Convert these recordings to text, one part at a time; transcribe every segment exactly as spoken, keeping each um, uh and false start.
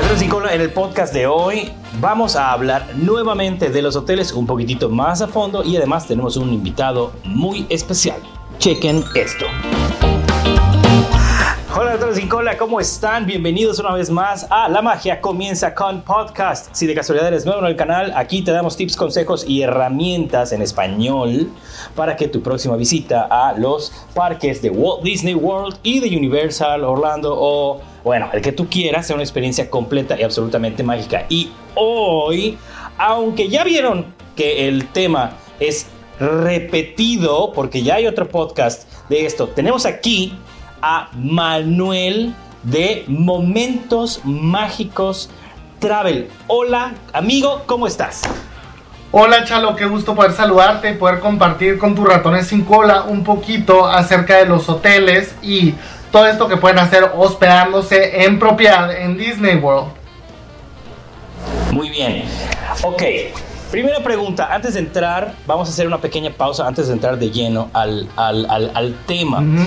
Atlas sin Cola, en el podcast de hoy vamos a hablar nuevamente de los hoteles un poquitito más a fondo y además tenemos un invitado muy especial. Chequen esto. Hola Atlas sin Cola, ¿cómo están? Bienvenidos una vez más a La Magia Comienza con Podcast. Si de casualidad eres nuevo en el canal, aquí te damos tips, consejos y herramientas en español para que tu próxima visita a los parques de Walt Disney World y de Universal Orlando o, bueno, el que tú quieras, sea una experiencia completa y absolutamente mágica. Y hoy, aunque ya vieron que el tema es repetido, porque ya hay otro podcast de esto, tenemos aquí a Manuel de Momentos Mágicos Travel. Hola, amigo, ¿cómo estás? Hola, Chalo, qué gusto poder saludarte y poder compartir con tus ratones sin cola un poquito acerca de los hoteles y todo esto que pueden hacer hospedándose en propiedad en Disney World. Muy bien. Ok, primera pregunta. Antes de entrar, vamos a hacer una pequeña pausa antes de entrar de lleno al, al, al, al tema. Uh-huh.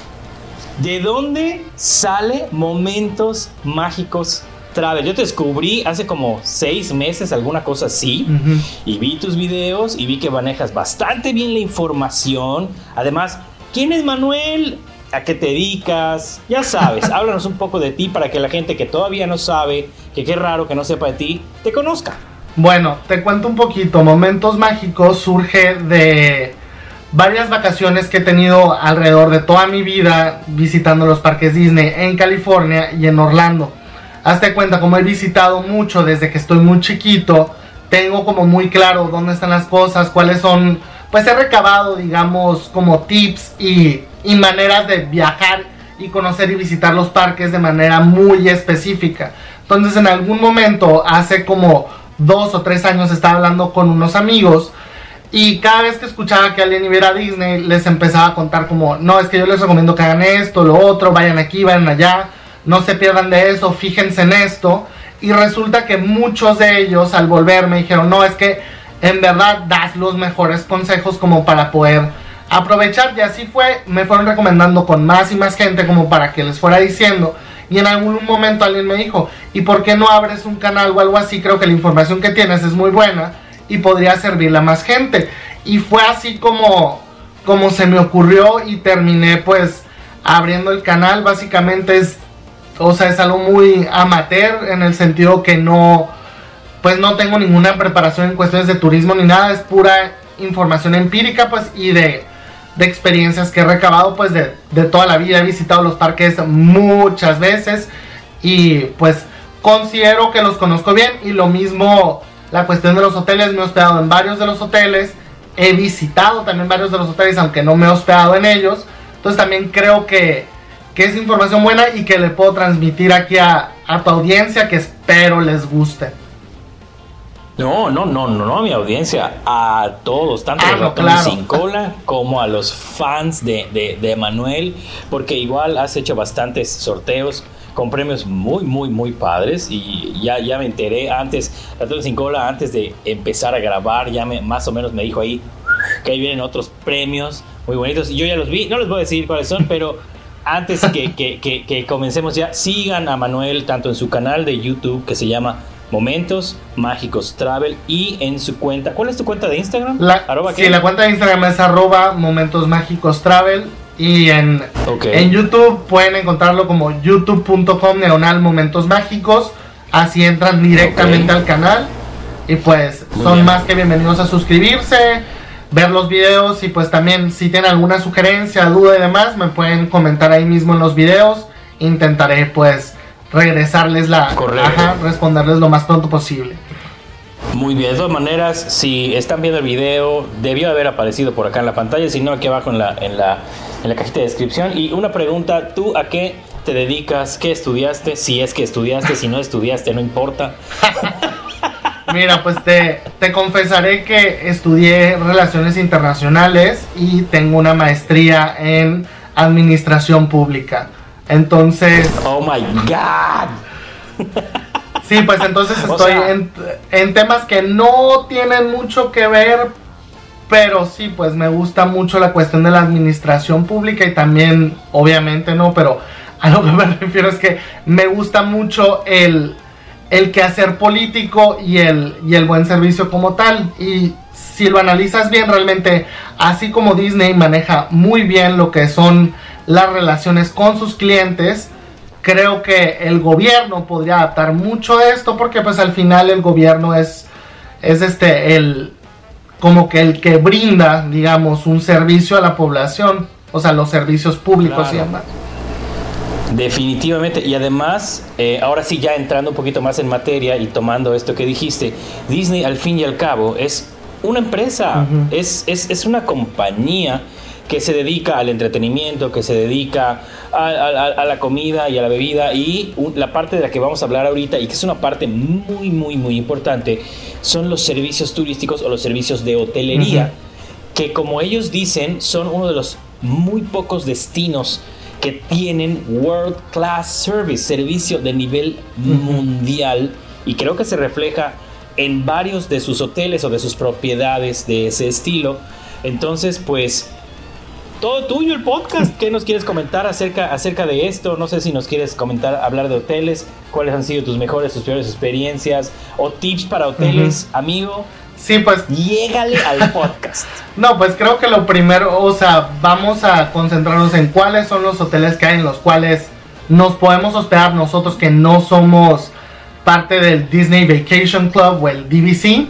¿De dónde sale Momentos Mágicos Travel? Yo te descubrí hace como seis meses, alguna cosa así, uh-huh. y vi tus videos y vi que manejas bastante bien la información. Además, ¿quién es Manuel? ¿A qué te dedicas? Ya sabes, háblanos un poco de ti para que la gente que todavía no sabe, que qué raro que no sepa de ti, te conozca. Bueno, te cuento un poquito. Momentos Mágicos surge de varias vacaciones que he tenido alrededor de toda mi vida visitando los parques Disney en California y en Orlando. Hazte cuenta, como he visitado mucho desde que estoy muy chiquito, tengo como muy claro dónde están las cosas, cuáles son, pues he recabado, digamos, como tips y, y maneras de viajar y conocer y visitar los parques de manera muy específica. Entonces, en algún momento, hace como dos o tres años, estaba hablando con unos amigos y cada vez que escuchaba que alguien iba a Disney, les empezaba a contar como, no, es que yo les recomiendo que hagan esto, lo otro, vayan aquí, vayan allá, no se pierdan de eso, fíjense en esto. Y resulta que muchos de ellos al volver me dijeron, no, es que en verdad das los mejores consejos como para poder aprovechar. Y así fue, me fueron recomendando con más y más gente como para que les fuera diciendo. Y en algún momento alguien me dijo, ¿y por qué no abres un canal o algo así? Creo que la información que tienes es muy buena y podría servirle a más gente. Y fue así como, como se me ocurrió y terminé pues abriendo el canal. Básicamente es, o sea, es algo muy amateur en el sentido que no, pues no tengo ninguna preparación en cuestiones de turismo ni nada. Es pura información empírica pues y de, de experiencias que he recabado pues de, de toda la vida. He visitado los parques muchas veces y pues considero que los conozco bien. Y lo mismo la cuestión de los hoteles, me he hospedado en varios de los hoteles, he visitado también varios de los hoteles, aunque no me he hospedado en ellos. Entonces también creo que, que es información buena y que le puedo transmitir aquí a, a tu audiencia, que espero les guste. No, no, no, no, no a mi audiencia, a todos, tanto a los ratones claro. sin cola como a los fans de, de, de Manuel, porque igual has hecho bastantes sorteos con premios muy, muy, muy padres y ya, ya me enteré antes, Ratones sin Cola, antes de empezar a grabar, ya me, más o menos me dijo ahí que ahí vienen otros premios muy bonitos y yo ya los vi, no les voy a decir cuáles son, pero antes que, que, que, que comencemos ya, sigan a Manuel tanto en su canal de YouTube que se llama Momentos Mágicos Travel y en su cuenta, ¿cuál es tu cuenta de Instagram? La, sí, ¿qué? La cuenta de Instagram es arroba Momentos Mágicos Travel. Y en, okay. en YouTube pueden encontrarlo como youtube punto com diagonal Momentos Mágicos. Así entran directamente okay. al canal. Y pues Muy son bien. más que bienvenidos a suscribirse, ver los videos. Y pues también si tienen alguna sugerencia, duda y demás, me pueden comentar ahí mismo en los videos. Intentaré pues regresarles la ajá, responderles lo más pronto posible. Muy bien, de todas maneras, si están viendo el video, debió haber aparecido por acá en la pantalla, si no aquí abajo en la, en la, en la cajita de descripción. Y una pregunta, ¿tú a qué te dedicas? ¿Qué estudiaste? Si es que estudiaste, si no estudiaste, no importa. Mira, pues te, te confesaré que estudié Relaciones Internacionales y tengo una maestría en Administración Pública. Entonces... ¡Oh, my God! Sí, pues entonces estoy o sea, en, en temas que no tienen mucho que ver, pero sí, pues me gusta mucho la cuestión de la administración pública y también, obviamente, ¿no? Pero a lo que me refiero es que me gusta mucho el, el quehacer político y el, y el buen servicio como tal. Y si lo analizas bien, realmente, así como Disney maneja muy bien lo que son las relaciones con sus clientes, creo que el gobierno podría adaptar mucho esto, porque pues al final el gobierno es, es este, el, como que el que brinda, digamos, un servicio a la población, o sea, los servicios públicos, claro. y demás. Definitivamente, y además, eh, ahora sí, ya entrando un poquito más en materia y tomando esto que dijiste, Disney al fin y al cabo es una empresa, uh-huh. es, es, es una compañía que se dedica al entretenimiento, que se dedica a, a, a la comida y a la bebida, y un, la parte de la que vamos a hablar ahorita, y que es una parte muy, muy, muy importante, son los servicios turísticos o los servicios de hotelería, uh-huh. que como ellos dicen, son uno de los muy pocos destinos que tienen World Class Service, servicio de nivel uh-huh. mundial, y creo que se refleja en varios de sus hoteles o de sus propiedades de ese estilo. Entonces, pues, todo tuyo el podcast. ¿Qué nos quieres comentar acerca, acerca de esto? No sé si nos quieres comentar, hablar de hoteles, cuáles han sido tus mejores, tus peores experiencias, o tips para hoteles, uh-huh. amigo. Sí, pues, llégale al podcast. No, pues creo que lo primero, o sea, vamos a concentrarnos en cuáles son los hoteles que hay en los cuales nos podemos hospedar nosotros que no somos parte del Disney Vacation Club o el D V C,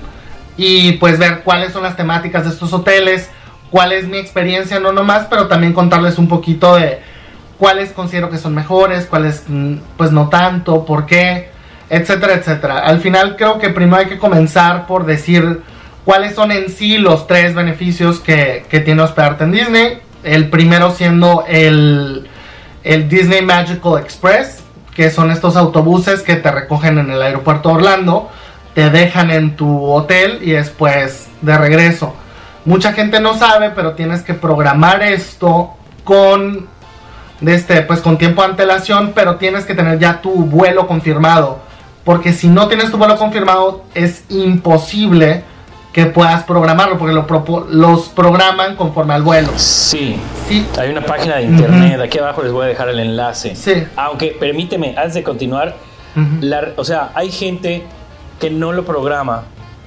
y pues ver cuáles son las temáticas de estos hoteles, cuál es mi experiencia, no nomás, pero también contarles un poquito de cuáles considero que son mejores, cuáles pues no tanto, por qué, etcétera, etcétera. Al final creo que primero hay que comenzar por decir cuáles son en sí los tres beneficios que, que tiene hospedarte en Disney. El primero siendo el, el Disney Magical Express, que son estos autobuses que te recogen en el aeropuerto de Orlando, te dejan en tu hotel y después de regreso. Mucha gente no sabe, pero tienes que programar esto con, este, pues con tiempo de antelación, pero tienes que tener ya tu vuelo confirmado, porque si no tienes tu vuelo confirmado es imposible que puedas programarlo, porque lo propo- los programan conforme al vuelo. Sí, sí. Hay una página de internet, uh-huh. aquí abajo les voy a dejar el enlace. Sí. Aunque, permíteme, antes de continuar, uh-huh. la, o sea, hay gente que no lo programa.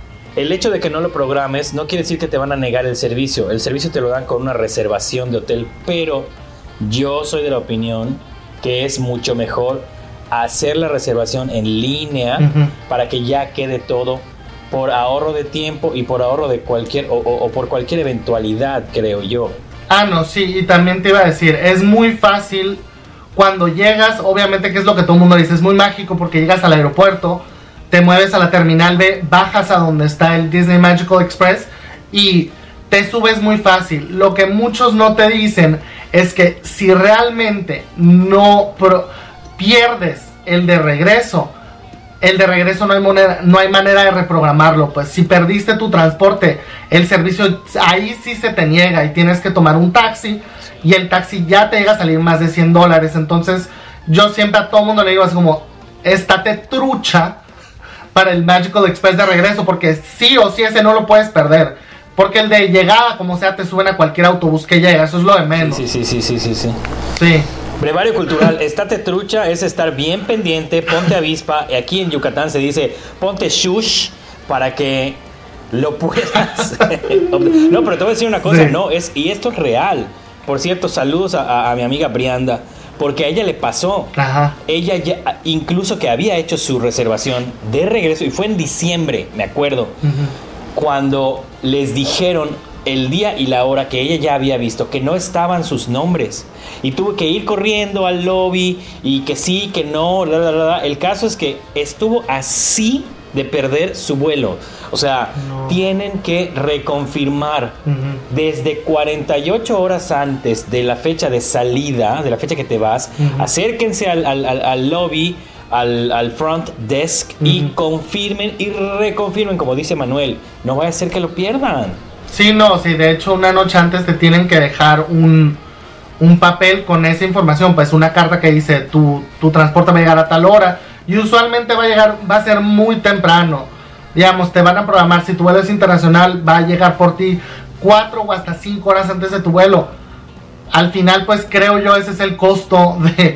El hecho de que no lo programes no quiere decir que te van a negar el servicio. El servicio te lo dan con una reservación de hotel, pero yo soy de la opinión que es mucho mejor hacer la reservación en línea, uh-huh. para que ya quede todo, por ahorro de tiempo y por ahorro de cualquier o, o, o por cualquier eventualidad, creo yo. Ah, no, sí, y también te iba a decir, es muy fácil cuando llegas, obviamente que es lo que todo el mundo dice, es muy mágico porque llegas al aeropuerto, te mueves a la terminal B, bajas a donde está el Disney Magical Express y te subes muy fácil. Lo que muchos no te dicen es que si realmente no pro- pierdes el de regreso, el de regreso no hay manera, no hay manera de reprogramarlo. Pues si perdiste tu transporte, el servicio ahí sí se te niega y tienes que tomar un taxi, y el taxi ya te llega a salir más de cien dólares. Entonces yo siempre a todo mundo le digo así como, estate trucha para el Magical Express de regreso, porque sí o sí ese no lo puedes perder, porque el de llegada como sea te suben a cualquier autobús que llega, eso es lo de menos. Sí, sí, sí, sí, sí, sí. Sí. Brevario cultural, estate trucha es estar bien pendiente, ponte avispa. Aquí en Yucatán se dice ponte shush para que lo puedas. No, pero te voy a decir una cosa, sí. no, es, y esto es real. Por cierto, saludos a, a, a mi amiga Brianda, porque a ella le pasó. Ajá. Ella ya, incluso que había hecho su reservación de regreso, y fue en diciembre, me acuerdo, uh-huh. cuando les dijeron el día y la hora que ella ya había visto que no estaban sus nombres, y tuvo que ir corriendo al lobby y que sí, que no, bla, bla, bla. El caso es que estuvo así de perder su vuelo. O sea, no. tienen que reconfirmar uh-huh. desde cuarenta y ocho horas antes de la fecha de salida, de la fecha que te vas. Uh-huh. Acérquense al, al, al, al lobby, al, al front desk, uh-huh. y confirmen y reconfirmen, como dice Manuel. No vaya a ser que lo pierdan. Sí, no, sí, de hecho una noche antes te tienen que dejar un, un papel con esa información, pues una carta que dice tu, tu transporte va a llegar a tal hora, y usualmente va a llegar, va a ser muy temprano. Digamos, te van a programar, si tu vuelo es internacional, va a llegar por ti cuatro o hasta cinco horas antes de tu vuelo. Al final, pues creo yo, ese es el costo de,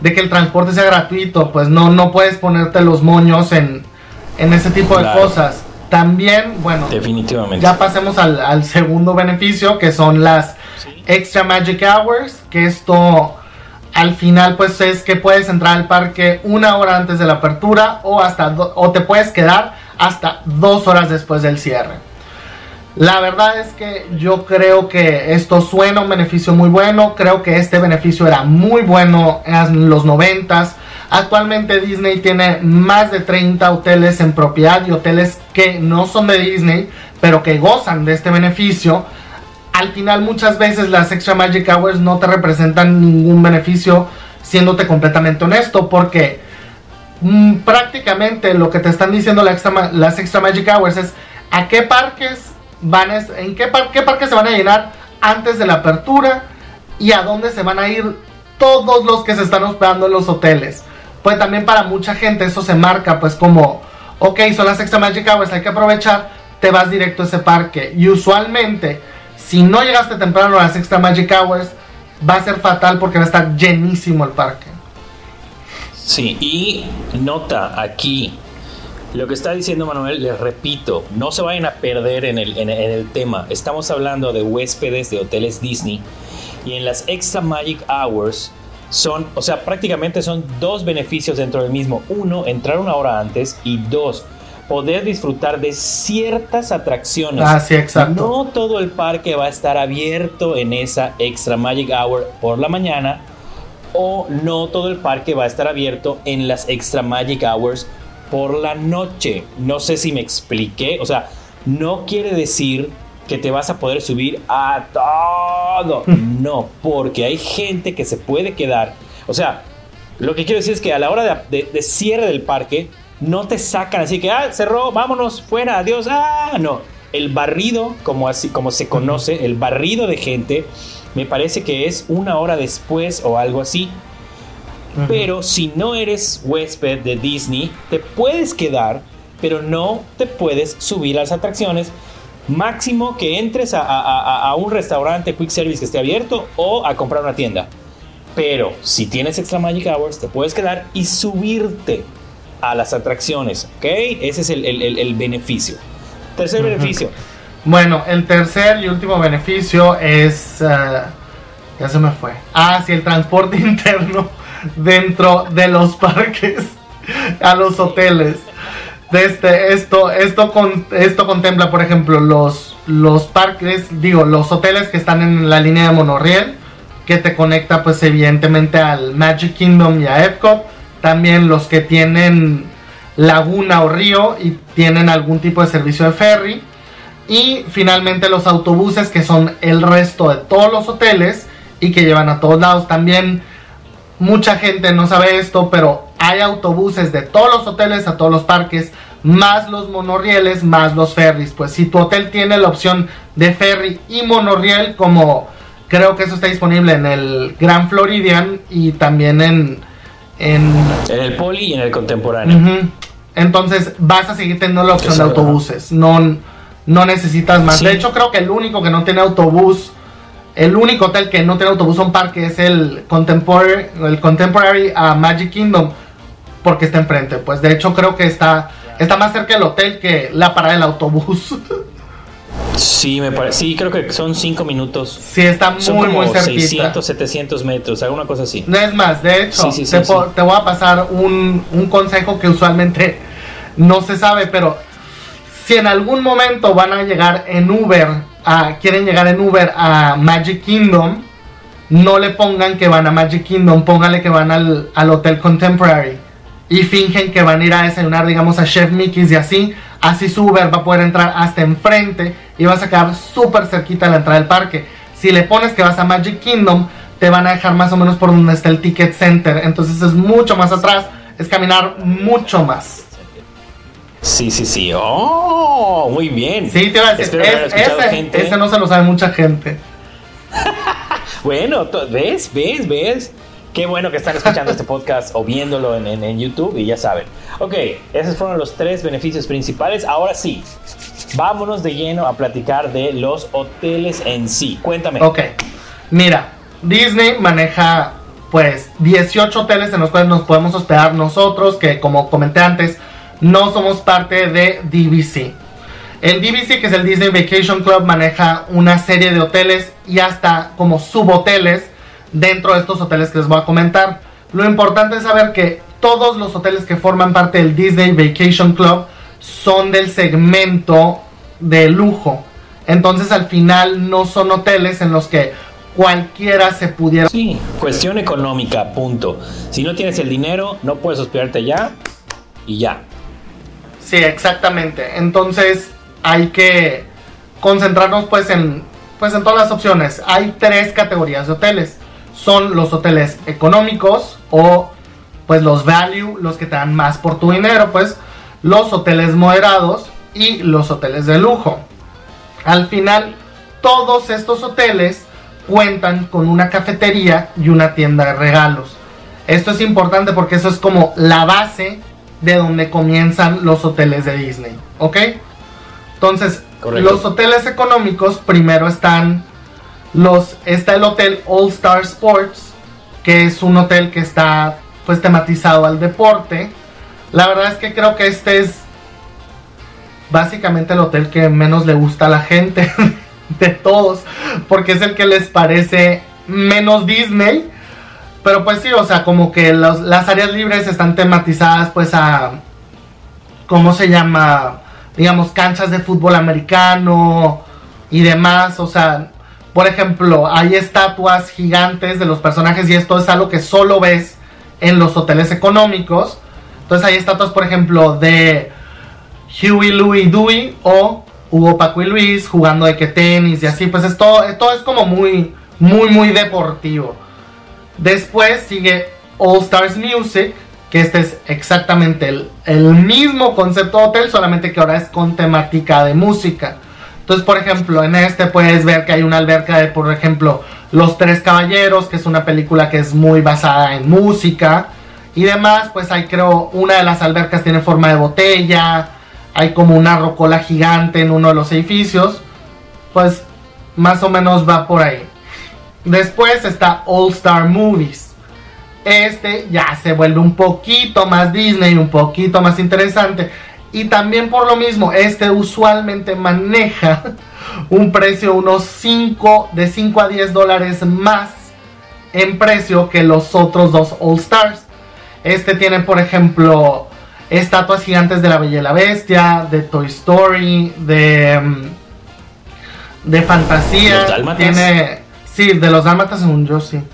de que el transporte sea gratuito, pues no, no puedes ponerte los moños en, en ese tipo claro. de cosas. También, bueno, definitivamente. Ya pasemos al, al segundo beneficio, que son las ¿sí? Extra Magic Hours, que esto al final pues es que puedes entrar al parque una hora antes de la apertura o, hasta do, o te puedes quedar hasta dos horas después del cierre. La verdad es que yo creo que esto suena un beneficio muy bueno. Creo que este beneficio era muy bueno en los noventas. Actualmente Disney tiene más de treinta hoteles en propiedad y hoteles que no son de Disney, pero que gozan de este beneficio. Al final muchas veces las Extra Magic Hours no te representan ningún beneficio, siéndote completamente honesto, porque mmm, prácticamente lo que te están diciendo la extra, las Extra Magic Hours es a qué parques van a, en qué, par, qué parques se van a llenar antes de la apertura y a dónde se van a ir todos los que se están hospedando en los hoteles. Pues también para mucha gente eso se marca pues como, ok, son las Extra Magic Hours, hay que aprovechar, te vas directo a ese parque. Y usualmente, si no llegaste temprano a las Extra Magic Hours, va a ser fatal porque va a estar llenísimo el parque. Sí, y nota aquí, lo que está diciendo Manuel, les repito, no se vayan a perder en el, en, en el tema. Estamos hablando de huéspedes de hoteles Disney y en las Extra Magic Hours son, o sea, prácticamente son dos beneficios dentro del mismo. Uno, entrar una hora antes y dos, poder disfrutar de ciertas atracciones. Ah, sí, exacto. No todo el parque va a estar abierto en esa Extra Magic Hour por la mañana o no todo el parque va a estar abierto en las Extra Magic Hours por la noche. No sé si me expliqué. O sea, no quiere decir que te vas a poder subir a todo. No, porque hay gente que se puede quedar. O sea, lo que quiero decir es que a la hora de, de, de cierre del parque no te sacan así que, ah, cerró, vámonos, fuera, adiós. Ah, no. El barrido, como, así, como se conoce, el barrido de gente, me parece que es una hora después o algo así. Uh-huh. Pero si no eres huésped de Disney, te puedes quedar, pero no te puedes subir a las atracciones. Máximo que entres a, a, a un restaurante quick service que esté abierto o a comprar una tienda. Pero si tienes Extra Magic Hours, te puedes quedar y subirte a las atracciones, ¿ok? Ese es el, el, el, el beneficio. Tercer uh-huh. beneficio. Bueno, el tercer y último beneficio es... Uh, ya se me fue. Ah, sí, el transporte interno dentro de los parques a los hoteles. De este, esto, esto, con, esto contempla, por ejemplo, los, los parques, digo, los hoteles que están en la línea de monorriel, que te conecta, pues, evidentemente al Magic Kingdom y a Epcot. También los que tienen laguna o río y tienen algún tipo de servicio de ferry. Y finalmente los autobuses, que son el resto de todos los hoteles y que llevan a todos lados. También mucha gente no sabe esto, pero hay autobuses de todos los hoteles a todos los parques, más los monorrieles, más los ferries. Pues si tu hotel tiene la opción de ferry y monorriel, como creo que eso está disponible en el Grand Floridian y también en en, en el Poli y en el Contemporáneo. Uh-huh. Entonces vas a seguir teniendo la opción eso de autobuses. No, no necesitas más. Sí. De hecho, creo que el único que no tiene autobús, el único hotel que no tiene autobús a un parque es el Contemporary, el Contemporary a Magic Kingdom, porque está enfrente. Pues de hecho creo que está, está más cerca del hotel que la parada del autobús. Sí, me parece. Sí, creo que son cinco minutos. Sí, está muy, son como muy cerquita. seiscientos, setecientos metros, alguna cosa así. No es más, de hecho, sí, sí, te, sí, po- sí. te voy a pasar un, un consejo que usualmente no se sabe, pero si en algún momento van a llegar en Uber, a, quieren llegar en Uber a Magic Kingdom, no le pongan que van a Magic Kingdom, pónganle que van al, al Hotel Contemporary. Y fingen que van a ir a desayunar, digamos, a Chef Mickey's y así. Así su Uber va a poder entrar hasta enfrente y vas a quedar súper cerquita de la entrada del parque. Si le pones que vas a Magic Kingdom, te van a dejar más o menos por donde está el Ticket Center. Entonces es mucho más atrás, es caminar mucho más. Sí, sí, sí. ¡Oh! Muy bien. Sí, te iba a decir, es, ese, ese no se lo sabe mucha gente. Bueno, ¿ves? ¿Ves? ¿Ves? Qué bueno que están escuchando este podcast o viéndolo en, en, en YouTube y ya saben. Ok, esos fueron los tres beneficios principales. Ahora sí, vámonos de lleno a platicar de los hoteles en sí. Cuéntame. Ok, mira, Disney maneja pues dieciocho hoteles en los cuales nos podemos hospedar nosotros, que como comenté antes, no somos parte de D V C. El D V C, que es el Disney Vacation Club, maneja una serie de hoteles y hasta como subhoteles dentro de estos hoteles que les voy a comentar. Lo importante es saber que todos los hoteles que forman parte del Disney Vacation Club son del segmento de lujo. Entonces al final no son hoteles en los que cualquiera se pudiera... Sí, cuestión económica, punto. Si no tienes el dinero, no puedes hospedarte ya y ya. Sí, exactamente. Entonces hay que concentrarnos pues en, pues en todas las opciones. Hay tres categorías de hoteles. Son los hoteles económicos o pues los value, los que te dan más por tu dinero, pues los hoteles moderados y los hoteles de lujo. Al final, todos estos hoteles cuentan con una cafetería y una tienda de regalos. Esto es importante porque eso es como la base de donde comienzan los hoteles de Disney, ¿ok? Entonces, correcto. Los hoteles económicos, primero están los, está el hotel All Star Sports, que es un hotel que está pues tematizado al deporte. La verdad es que creo que este es básicamente el hotel que menos le gusta a la gente de todos, porque es el que les parece menos Disney. Pero pues sí, o sea, como que los, las áreas libres están tematizadas pues a, ¿cómo se llama? Digamos, canchas de fútbol americano y demás. O sea, por ejemplo, hay estatuas gigantes de los personajes y esto es algo que solo ves en los hoteles económicos. Entonces hay estatuas, por ejemplo, de Huey, Louie, Dewey o Hugo, Paco y Luis jugando de que tenis y así. Pues esto, esto es como muy, muy, muy deportivo. Después sigue All Stars Music, que este es exactamente el, el mismo concepto de hotel, solamente que ahora es con temática de música. Entonces, por ejemplo, en este puedes ver que hay una alberca de, por ejemplo, Los Tres Caballeros, que es una película que es muy basada en música y demás. Pues hay, creo, una de las albercas tiene forma de botella, hay como una rocola gigante en uno de los edificios. Pues más o menos va por ahí. Después está All Star Movies. Este ya se vuelve un poquito más Disney, un poquito más interesante. Y también por lo mismo, este usualmente maneja un precio unos cinco, de cinco a diez dólares más en precio que los otros dos All Stars. Este tiene, por ejemplo, estatuas gigantes de La Bella y la Bestia, de Toy Story, de, de fantasía. ¿Los dálmatas? Tiene... Sí, de los dálmatas según yo, sí.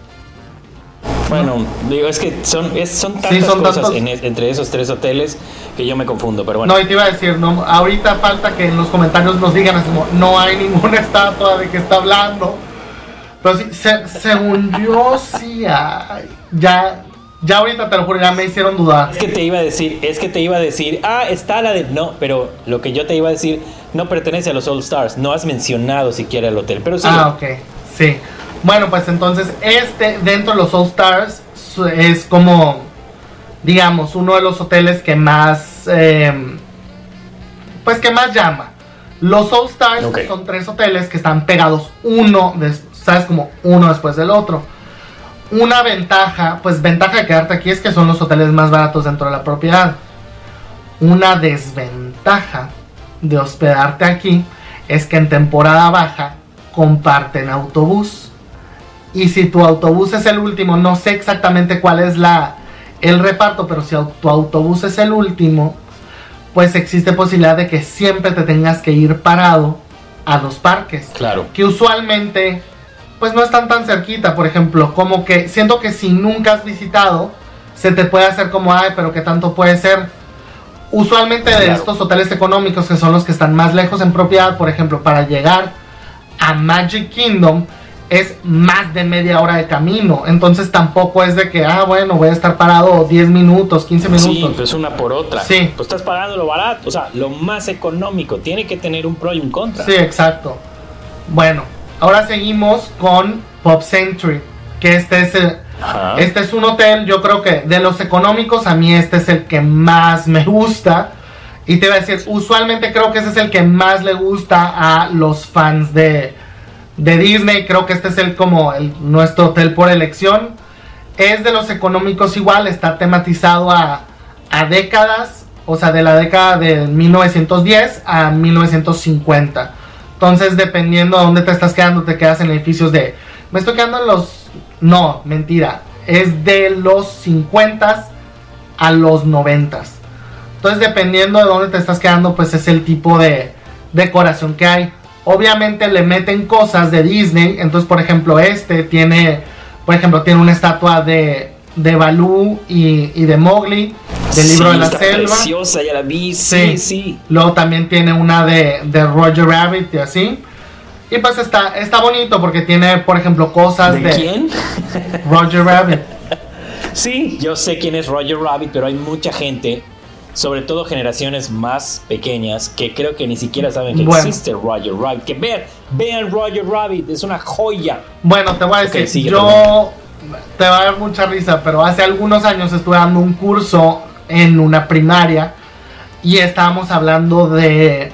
Bueno, digo, es que son, es, son tantas sí, son cosas tantos... en, entre esos tres hoteles que yo me confundo, pero bueno. No, y te iba a decir, no, ahorita falta que en los comentarios nos digan así como, no hay ninguna estatua de que está hablando. Pero sí, se, según yo sí hay. Ya, ya ahorita te lo juro, ya me hicieron dudar. Es que te iba a decir, es que te iba a decir, ah, está la de... No, pero lo que yo te iba a decir no pertenece a los All Stars, no has mencionado siquiera el hotel, pero sí. Ah, ok, sí. Bueno, pues entonces este dentro de los All Stars es como, digamos, uno de los hoteles que más, eh, pues que más llama. Los All Stars okay. Son tres hoteles que están pegados uno, des- sabes, como uno después del otro. Una ventaja, pues ventaja de quedarte aquí es que son los hoteles más baratos dentro de la propiedad. Una desventaja de hospedarte aquí es que en temporada baja comparten autobús. Y si tu autobús es el último, no sé exactamente cuál es la el reparto, pero si tu autobús es el último, pues existe posibilidad de que siempre te tengas que ir parado a los parques. Claro. Que usualmente, pues no están tan cerquita, por ejemplo, como que siento que si nunca has visitado, se te puede hacer como, ay, pero qué tanto puede ser. Usualmente de claro. Estos hoteles económicos, que son los que están más lejos en propiedad, por ejemplo, para llegar a Magic Kingdom, es más de media hora de camino. Entonces tampoco es de que, ah, bueno, voy a estar parado diez minutos, quince minutos. Sí, pues una por otra. Sí. Pues estás pagando lo barato, o sea, lo más económico. Tiene que tener un pro y un contra. Sí, exacto. Bueno, ahora seguimos con Pop Century, que este es el, este es un hotel, yo creo que de los económicos, a mí este es el que más me gusta. Y te voy a decir, usualmente creo que ese es el que más le gusta a los fans de... de Disney. Creo que este es el como el, nuestro hotel por elección. es de los económicos igual, está tematizado a, a décadas, o sea, de la década de mil novecientos diez a mil novecientos cincuenta. Entonces, dependiendo de dónde te estás quedando, te quedas en edificios de... Me estoy quedando en los... No, mentira. Es de los cincuenta a los noventa. Entonces, dependiendo de dónde te estás quedando, pues es el tipo de decoración que hay. Obviamente le meten cosas de Disney. Entonces, por ejemplo, este tiene... Por ejemplo, tiene una estatua de, de Balú y, y de Mowgli, del sí, libro de la está selva. Preciosa, ya la vi, sí, sí. sí. Luego también tiene una de, de Roger Rabbit y así. Y pues está, está bonito porque tiene, por ejemplo, cosas de... ¿De quién? Roger Rabbit. Sí, yo sé quién es Roger Rabbit, pero hay mucha gente, sobre todo generaciones más pequeñas, que creo que ni siquiera saben que bueno. existe Roger Rabbit. Que vean, vean Roger Rabbit, es una joya. Bueno, te voy a decir, okay, sigue, yo... Perdón. Te va a dar mucha risa, pero hace algunos años estuve dando un curso en una primaria y estábamos hablando de,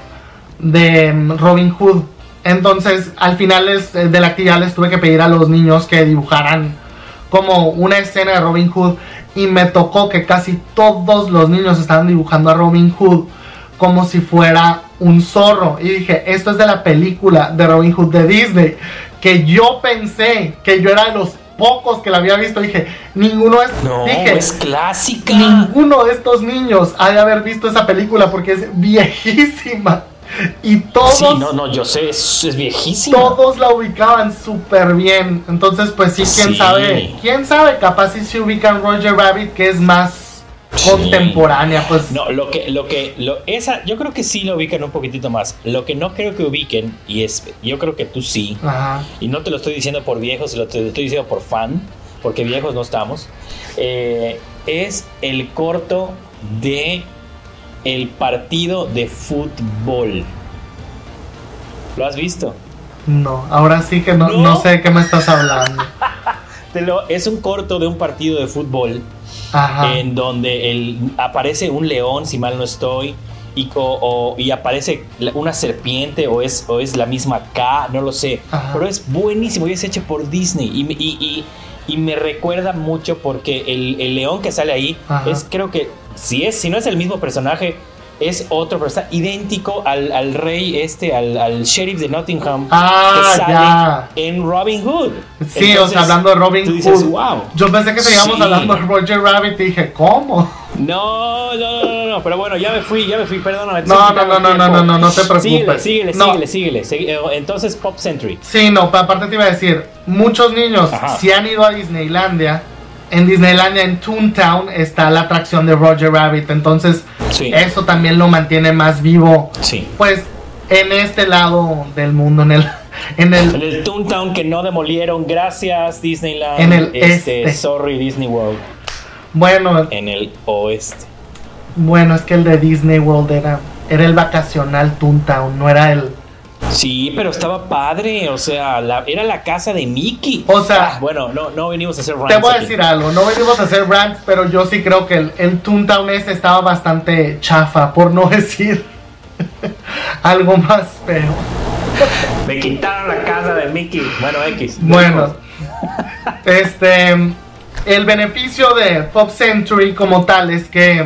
de Robin Hood. Entonces, al final les, de la actividad les tuve que pedir a los niños que dibujaran como una escena de Robin Hood. Y me tocó que casi todos los niños estaban dibujando a Robin Hood como si fuera un zorro. Y dije, esto es de la película de Robin Hood de Disney. Que yo pensé que yo era de los pocos que la había visto. Dije, ninguno es... No, dije, es clásica. Ninguno de estos niños ha de haber visto esa película porque es viejísima. Y todos... Sí, no, no, yo sé, es, es viejísima. Todos la ubicaban súper bien. Entonces, pues sí, quién sí. sabe. Quién sabe, capaz si se ubican Roger Rabbit, que es más sí. contemporánea, pues. No, lo que, lo que, lo, esa, yo creo que sí lo ubican un poquitito más. Lo que no creo que ubiquen, y es, yo creo que tú sí. Ajá. Y no te lo estoy diciendo por viejos, lo te lo estoy diciendo por fan, porque viejos no estamos. Eh, es el corto de el partido de fútbol. ¿Lo has visto? No, ahora sí que no, no, no sé de qué me estás hablando. Te lo, es un corto de un partido de fútbol. Ajá. En donde el, aparece un león, si mal no estoy, y, o, o, y aparece una serpiente, o es, o es la misma K, no lo sé. Ajá. Pero es buenísimo y es hecho por Disney. Y, y, y, y me recuerda mucho porque el, el león que sale ahí Ajá. es, creo que, si, es, si no es el mismo personaje, es otro, pero está idéntico al, al rey este, al, al sheriff de Nottingham, ah, que sale ya. en Robin Hood. Sí, Entonces, o sea, hablando de Robin Hood. Dices, wow. Yo pensé que seguíamos sí. hablando de Roger Rabbit y dije, ¿cómo? No, no, no, no, no, pero bueno, ya me fui, ya me fui, perdóname. No, no, no, no, no, no, no, no te preocupes. Síguele, síguele, no. síguele, síguele, síguele. Entonces, Pop Century. Sí, no, aparte te iba a decir, muchos niños, Ajá. si han ido a Disneylandia, en Disneylandia, en Toontown, está la atracción de Roger Rabbit. Entonces, sí. eso también lo mantiene más vivo. Sí. Pues, en este lado del mundo, en el... En el, en el Toontown que no demolieron, gracias Disneyland. En el este, este. Sorry Disney World. Bueno. En el oeste. Bueno, es que el de Disney World era, era el vacacional Toontown, no era el... Sí, pero estaba padre, o sea, la, era la casa de Mickey. O sea, ah, bueno, no, no venimos a hacer rants. Te voy a aquí. decir algo, no venimos a hacer rants, pero yo sí creo que el, el Toontown ese estaba bastante chafa, por no decir algo más feo. Me quitaron la casa de Mickey. Bueno, X. Bueno, este, el beneficio de Pop Century como tal es que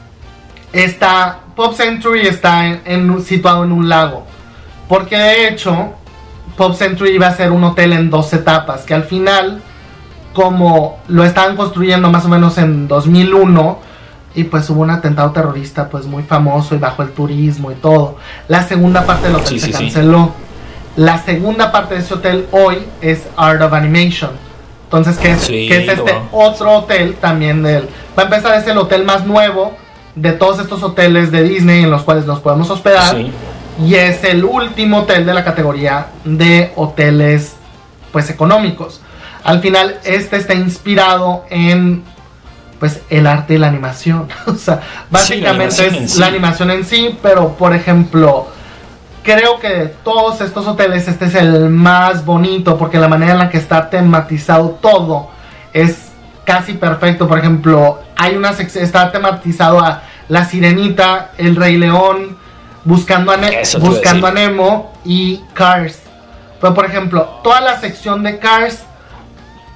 está, Pop Century está en, en, situado en un lago. Porque de hecho, Pop Century iba a ser un hotel en dos etapas, que al final, como lo estaban construyendo más o menos en dos mil uno, y pues hubo un atentado terrorista pues muy famoso y bajo el turismo y todo, la segunda parte del hotel sí, se sí, canceló. Sí. La segunda parte de ese hotel hoy es Art of Animation. Entonces, ¿qué es, sí, ¿qué es este wow. otro hotel también del... Va a empezar, es el hotel más nuevo de todos estos hoteles de Disney en los cuales nos podemos hospedar. Sí. Y es el último hotel de la categoría de hoteles pues económicos. Al final este está inspirado en pues el arte y la animación. O sea, básicamente sí, la es sí. la animación en sí, pero por ejemplo, creo que de todos estos hoteles este es el más bonito porque la manera en la que está tematizado todo es casi perfecto. Por ejemplo, hay una sección, está tematizado a La Sirenita, El Rey León, Buscando a, ne- buscando a Nemo y Cars. Pero por ejemplo, toda la sección de Cars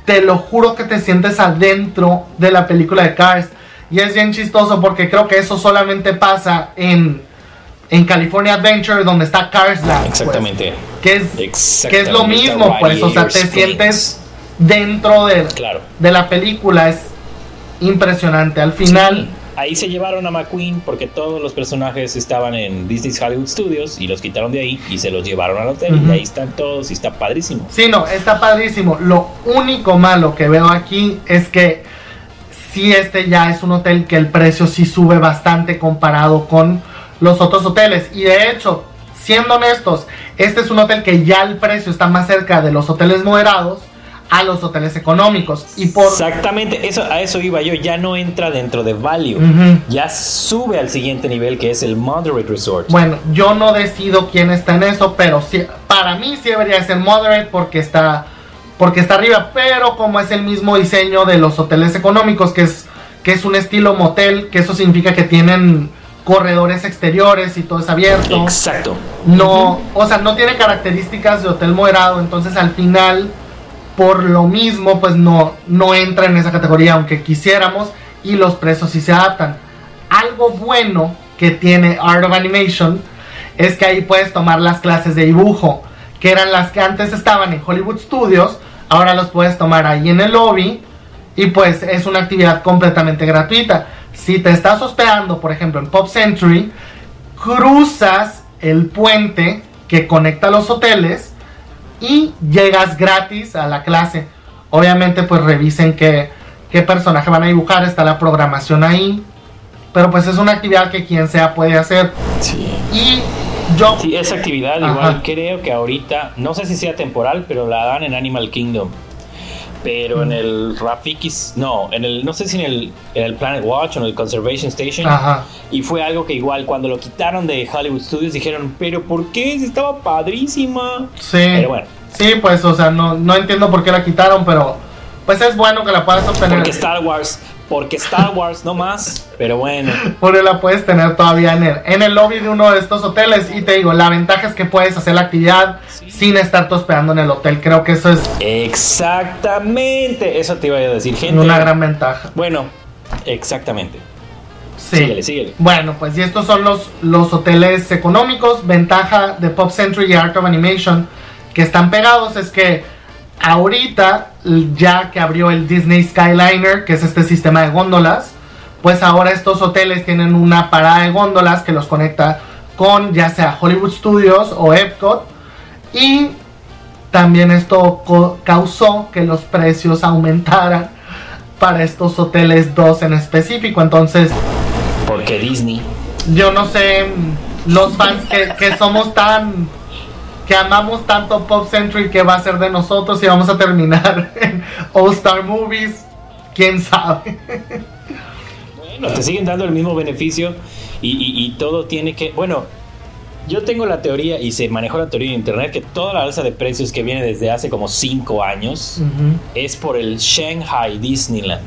te lo juro que te sientes adentro de la película de Cars. Y es bien chistoso porque creo que eso solamente pasa en, en California Adventure, donde está Cars Land. Exactamente. Pues, que, es, Exactamente. que es lo mismo, pues, o sea, te Springs. sientes dentro de, claro. de la película. Es impresionante. Al final... Sí. Ahí se llevaron a McQueen porque todos los personajes estaban en Disney's Hollywood Studios y los quitaron de ahí y se los llevaron al hotel. Uh-huh. Y ahí están todos y está padrísimo. Sí, no, está padrísimo. Lo único malo que veo aquí es que sí, este ya es un hotel que el precio sí sube bastante comparado con los otros hoteles. Y de hecho, siendo honestos, este es un hotel que ya el precio está más cerca de los hoteles moderados a los hoteles económicos. Y por... Exactamente, eso, a eso iba yo. Ya no entra dentro de Value. Uh-huh. Ya sube al siguiente nivel, que es el Moderate Resort. Bueno, yo no decido quién está en eso, pero sí, para mí sí debería ser Moderate porque está, porque está arriba. Pero como es el mismo diseño de los hoteles económicos, que es, que es un estilo motel, que eso significa que tienen corredores exteriores y todo es abierto. Exacto. No, uh-huh. O sea, no tiene características de hotel moderado, entonces al final... Por lo mismo, pues no, no entra en esa categoría, aunque quisiéramos, y los precios sí se adaptan. Algo bueno que tiene Art of Animation es que ahí puedes tomar las clases de dibujo, que eran las que antes estaban en Hollywood Studios, ahora los puedes tomar ahí en el lobby, y pues es una actividad completamente gratuita. Si te estás hospedando, por ejemplo, en Pop Century, cruzas el puente que conecta los hoteles, y llegas gratis a la clase. Obviamente pues revisen qué, qué personaje van a dibujar, está la programación ahí, pero pues es una actividad que quien sea puede hacer. Sí. Y yo... Sí, esa actividad Ajá. igual creo que ahorita, no sé si sea temporal, pero la dan en Animal Kingdom. Pero mm. en el Rafikis, no, en el, no sé si en el, en el Planet Watch o en el Conservation Station. Ajá. Y fue algo que igual cuando lo quitaron de Hollywood Studios dijeron, pero ¿por qué? Si estaba padrísima. Sí. Pero bueno. Sí, pues, o sea, no, no entiendo por qué la quitaron, pero pues es bueno que la puedas obtener. Porque Star Wars, porque Star Wars, no más, pero bueno. Porque la puedes tener todavía en el, en el lobby de uno de estos hoteles. Y te digo, la ventaja es que puedes hacer la actividad sí. sin estar hospedando en el hotel. Creo que eso es... Exactamente, eso te iba a decir, gente. Una gran ventaja. Bueno, exactamente. Sí. Síguele, síguele. Bueno, pues y estos son los, los hoteles económicos. Ventaja de Pop Century y Art of Animation que están pegados es que ahorita, ya que abrió el Disney Skyliner, que es este sistema de góndolas, pues ahora estos hoteles tienen una parada de góndolas que los conecta con ya sea Hollywood Studios o Epcot, y también esto co- causó que los precios aumentaran para estos hoteles dos en específico. Entonces, porque Disney, yo no sé, los fans que, que somos tan... que amamos tanto Pop Century, que va a ser de nosotros y vamos a terminar en All Star Movies, quién sabe. Bueno, te siguen dando el mismo beneficio y, y, y todo tiene que... Bueno, yo tengo la teoría y se manejó la teoría en internet que toda la alza de precios que viene desde hace como cinco años uh-huh. es por el Shanghai Disneyland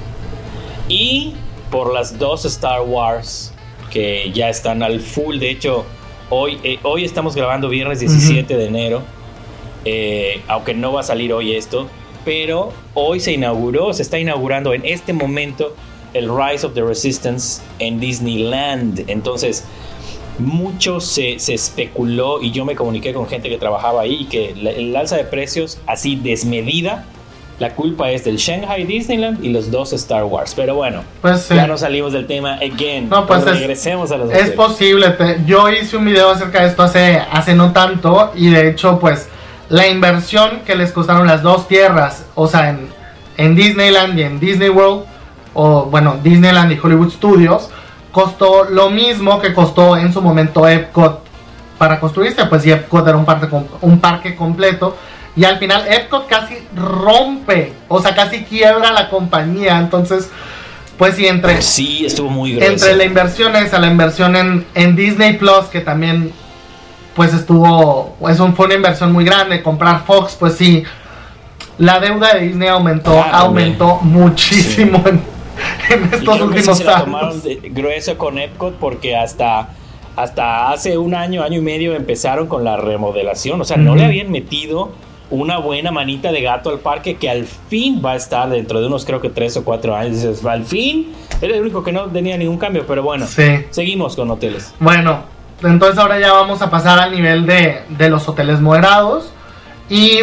y por las dos Star Wars que ya están al full. De hecho, Hoy, eh, hoy estamos grabando viernes diecisiete uh-huh. de enero, eh, aunque no va a salir hoy esto, pero hoy se inauguró, se está inaugurando en este momento el Rise of the Resistance en Disneyland. Entonces, mucho se, se especuló y yo me comuniqué con gente que trabajaba ahí, que la, el alza de precios así desmedida, la culpa es del Shanghai Disneyland y los dos Star Wars. Pero bueno, pues sí. ya no salimos del tema again. No, pues es, regresemos a los Es hoteles. Posible. Te, yo hice un video acerca de esto hace, hace no tanto. Y de hecho, pues, la inversión que les costaron las dos tierras, o sea, en, en Disneyland y en Disney World, o bueno, Disneyland y Hollywood Studios, costó lo mismo que costó en su momento Epcot para construirse. Pues, y Epcot era un parque, un parque completo. Y al final Epcot casi rompe, o sea, casi quiebra la compañía. Entonces, pues sí, entre... Sí, estuvo muy grueso. Entre la inversión esa, la inversión en, en Disney Plus, que también, pues estuvo... Es un, fue una inversión muy grande. Comprar Fox, pues sí. La deuda de Disney aumentó, ah, aumentó muchísimo sí. en, en estos últimos sí años. Se tomaron de, grueso con Epcot porque hasta... Hasta hace un año, año y medio empezaron con la remodelación. O sea, uh-huh. no le habían metido una buena manita de gato al parque que al fin va a estar dentro de unos creo que tres o cuatro años. Dices, al fin, era el único que no tenía ningún cambio, pero bueno, sí. Seguimos con hoteles. Bueno, entonces ahora ya vamos a pasar al nivel de, de los hoteles moderados. Y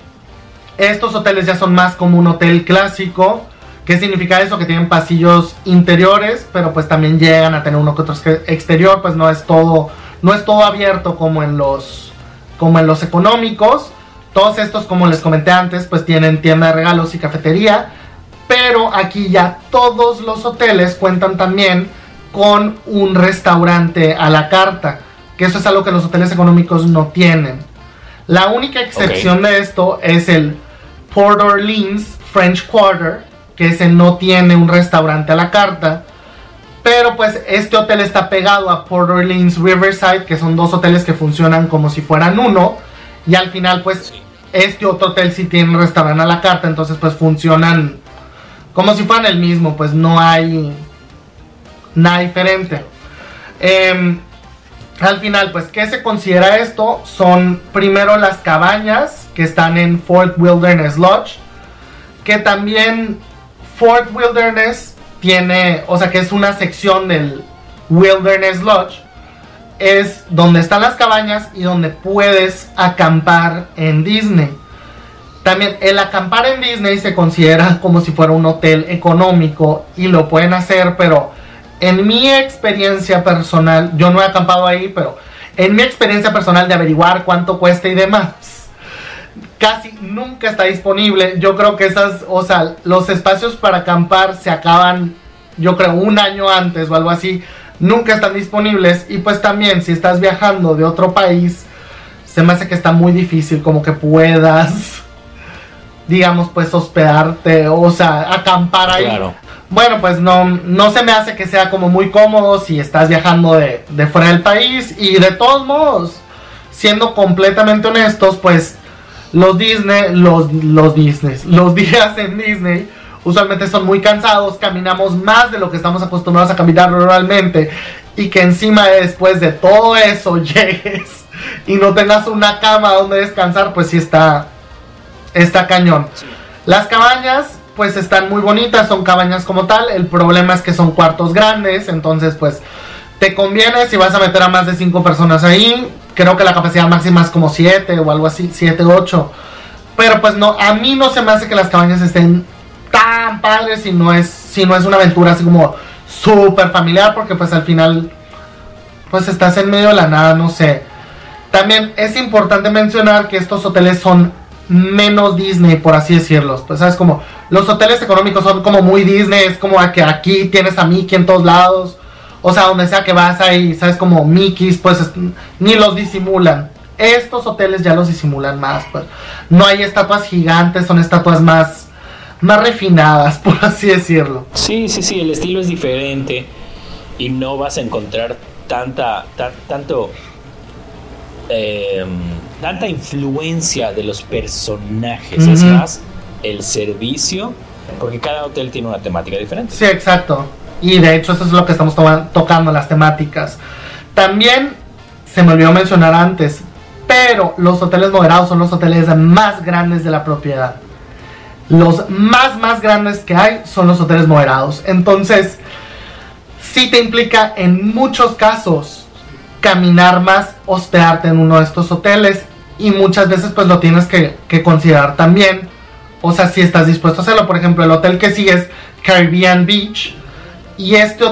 estos hoteles ya son más como un hotel clásico. ¿Qué significa eso? Que tienen pasillos interiores, pero pues también llegan a tener uno que otro exterior, pues no es todo, no es todo abierto como en los, como en los económicos. Todos estos, como les comenté antes, pues tienen tienda de regalos y cafetería. Pero aquí ya todos los hoteles cuentan también con un restaurante a la carta. Que eso es algo que los hoteles económicos no tienen. La única excepción okay. de esto es el Port Orleans French Quarter, que ese no tiene un restaurante a la carta. Pero pues este hotel está pegado a Port Orleans Riverside, que son dos hoteles que funcionan como si fueran uno. Y al final pues sí. este otro hotel sí tiene un restaurante a la carta, entonces pues funcionan como si fueran el mismo, pues no hay nada diferente. Eh, al final pues, ¿qué se considera esto? Son primero las cabañas que están en Fort Wilderness Lodge, que también Fort Wilderness tiene, o sea que es una sección del Wilderness Lodge, es donde están las cabañas y donde puedes acampar en Disney. También el acampar en Disney se considera como si fuera un hotel económico y lo pueden hacer, pero en mi experiencia personal, yo no he acampado ahí, pero en mi experiencia personal de averiguar cuánto cuesta y demás, casi nunca está disponible. Yo creo que esas, o sea, los espacios para acampar se acaban, yo creo, un año antes o algo así. Nunca están disponibles. Y pues también si estás viajando de otro país, se me hace que está muy difícil como que puedas, digamos, pues hospedarte, o sea, acampar ahí. Claro. Bueno, pues no, no se me hace que sea como muy cómodo si estás viajando de, de fuera del país. Y de todos modos, siendo completamente honestos, pues los Disney, los, los Disney, los días en Disney usualmente son muy cansados, caminamos más de lo que estamos acostumbrados a caminar normalmente, y que encima después de todo eso llegues y no tengas una cama donde descansar, pues sí está, está cañón. Sí. Las cabañas pues están muy bonitas, son cabañas como tal, el problema es que son cuartos grandes, entonces pues te conviene si vas a meter a más de cinco personas ahí. Creo que la capacidad máxima es como siete o algo así, siete u ocho, pero pues no, a mí no se me hace que las cabañas estén tan padre si no es si no es una aventura así como súper familiar, porque pues al final pues estás en medio de la nada, no sé. También es importante mencionar que estos hoteles son menos Disney, por así decirlo. Pues sabes, como los hoteles económicos son como muy Disney, es como que aquí tienes a Mickey en todos lados, o sea, donde sea que vas ahí, sabes, como Mickeys, pues ni los disimulan. Estos hoteles ya los disimulan más, pues no hay estatuas gigantes, son estatuas más más refinadas, por así decirlo. Sí, sí, sí, el estilo es diferente y no vas a encontrar tanta, ta, tanto, eh, tanta influencia de los personajes. Uh-huh. Es más, el servicio, porque cada hotel tiene una temática diferente. Sí, exacto. Y de hecho eso es lo que estamos to- tocando, las temáticas. También se me olvidó mencionar antes, pero los hoteles moderados son los hoteles más grandes de la propiedad. Los más más grandes que hay son los hoteles moderados. Entonces sí te implica en muchos casos caminar más, hospedarte en uno de estos hoteles, y muchas veces pues lo tienes que, que considerar también. O sea, si estás dispuesto a hacerlo. Por ejemplo, el hotel que sigue es Caribbean Beach, y este,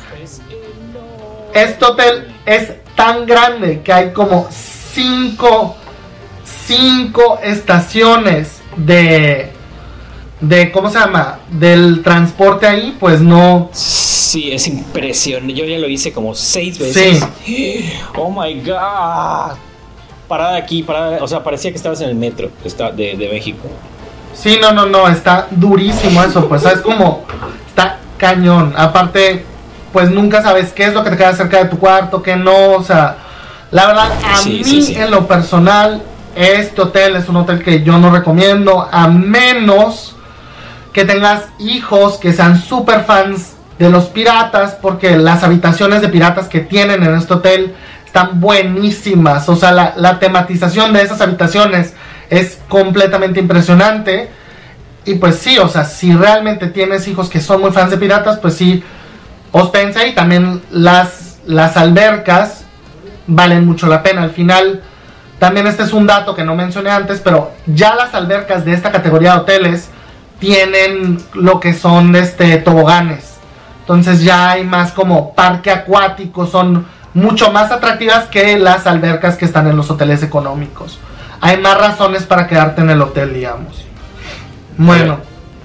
este hotel es tan grande que hay como cinco cinco estaciones de de ¿cómo se llama? Del transporte ahí, pues no. Sí, es impresionante. Yo ya lo hice como seis veces. Sí. Oh my god. Parada aquí, parada, o sea, parecía que estabas en el metro de, de México. Sí, no, no, no, está durísimo eso, pues, ¿sabes? Como está cañón. Aparte, pues nunca sabes qué es lo que te queda cerca de tu cuarto, qué no, o sea, la verdad, a sí, mí sí, sí. en lo personal, este hotel es un hotel que yo no recomiendo, a menos que tengas hijos que sean super fans de los piratas, porque las habitaciones de piratas que tienen en este hotel están buenísimas. O sea, la, la tematización de esas habitaciones es completamente impresionante. Y pues sí, o sea, si realmente tienes hijos que son muy fans de piratas, pues sí, hospensa. Y también las, las albercas valen mucho la pena. Al final, también este es un dato que no mencioné antes, pero ya las albercas de esta categoría de hoteles tienen lo que son este, toboganes. Entonces ya hay más como parque acuático, son mucho más atractivas que las albercas que están en los hoteles económicos. Hay más razones para quedarte en el hotel, digamos. Bueno,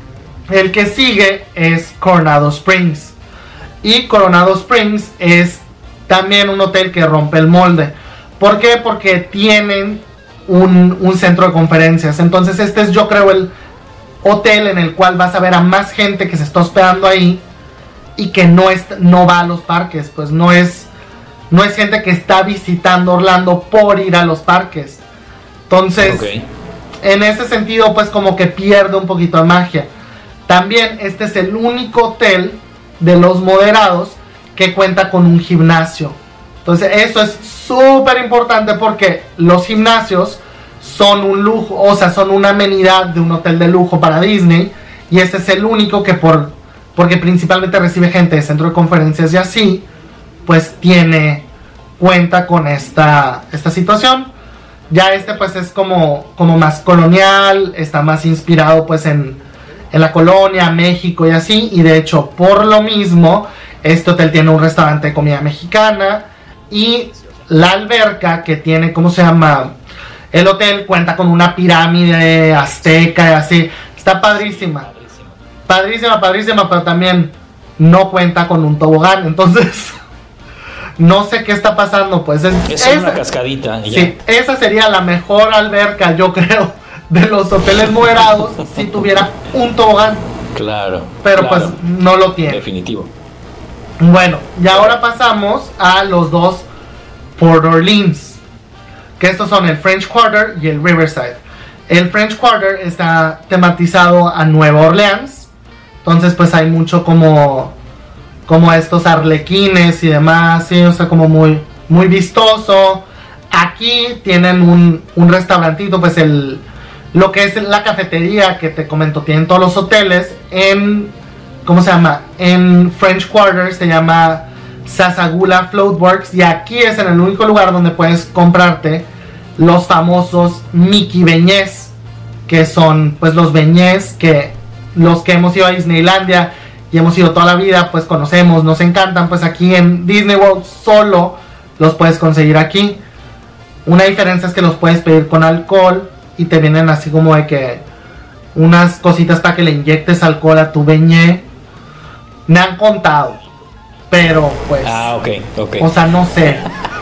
el que sigue es Coronado Springs. Y Coronado Springs es también un hotel que rompe el molde. ¿Por qué? Porque tienen un, un centro de conferencias. Entonces este es, yo creo, el hotel en el cual vas a ver a más gente que se está hospedando ahí y que no, es, no va a los parques. Pues no es, no es gente que está visitando Orlando por ir a los parques. Entonces... Okay. En ese sentido, pues como que pierde un poquito de magia. También este es el único hotel de los moderados que cuenta con un gimnasio. Entonces eso es súper importante porque los gimnasios son un lujo, o sea, son una amenidad de un hotel de lujo para Disney. Y este es el único que por, porque principalmente recibe gente de centro de conferencias y así, pues tiene, cuenta con esta, esta situación. Ya este pues es como, como más colonial, está más inspirado pues en, en la colonia, México y así. Y de hecho por lo mismo este hotel tiene un restaurante de comida mexicana. Y la alberca que tiene, ¿cómo se llama? El hotel cuenta con una pirámide azteca y así. Está padrísima. Padrísima, padrísima, pero también no cuenta con un tobogán. Entonces... no sé qué está pasando, pues es, es esa, una cascadita. Y sí, ya. Esa sería la mejor alberca, yo creo, de los hoteles moderados si tuviera un tobogán. Claro. Pero claro. pues no lo tiene. Definitivo. Bueno, y ahora pasamos a los dos Port Orleans, que estos son el French Quarter y el Riverside. El French Quarter está tematizado a Nueva Orleans, entonces pues hay mucho como... como estos arlequines y demás, sí, o sea, como muy, muy vistoso. Aquí tienen un, un restaurantito, pues el, lo que es la cafetería que te comento, tienen todos los hoteles en, ¿cómo se llama? En French Quarter se llama Sasagula Floatworks, y aquí es en el único lugar donde puedes comprarte los famosos Mickey beñés, que son pues los beñés que los que hemos ido a Disneylandia y hemos ido toda la vida, pues conocemos, nos encantan. Pues aquí en Disney World solo los puedes conseguir aquí. Una diferencia es que los puedes pedir con alcohol y te vienen así como de que unas cositas para que le inyectes alcohol a tu beñé. Me han contado, pero pues... Ah, ok, ok. O sea, no sé.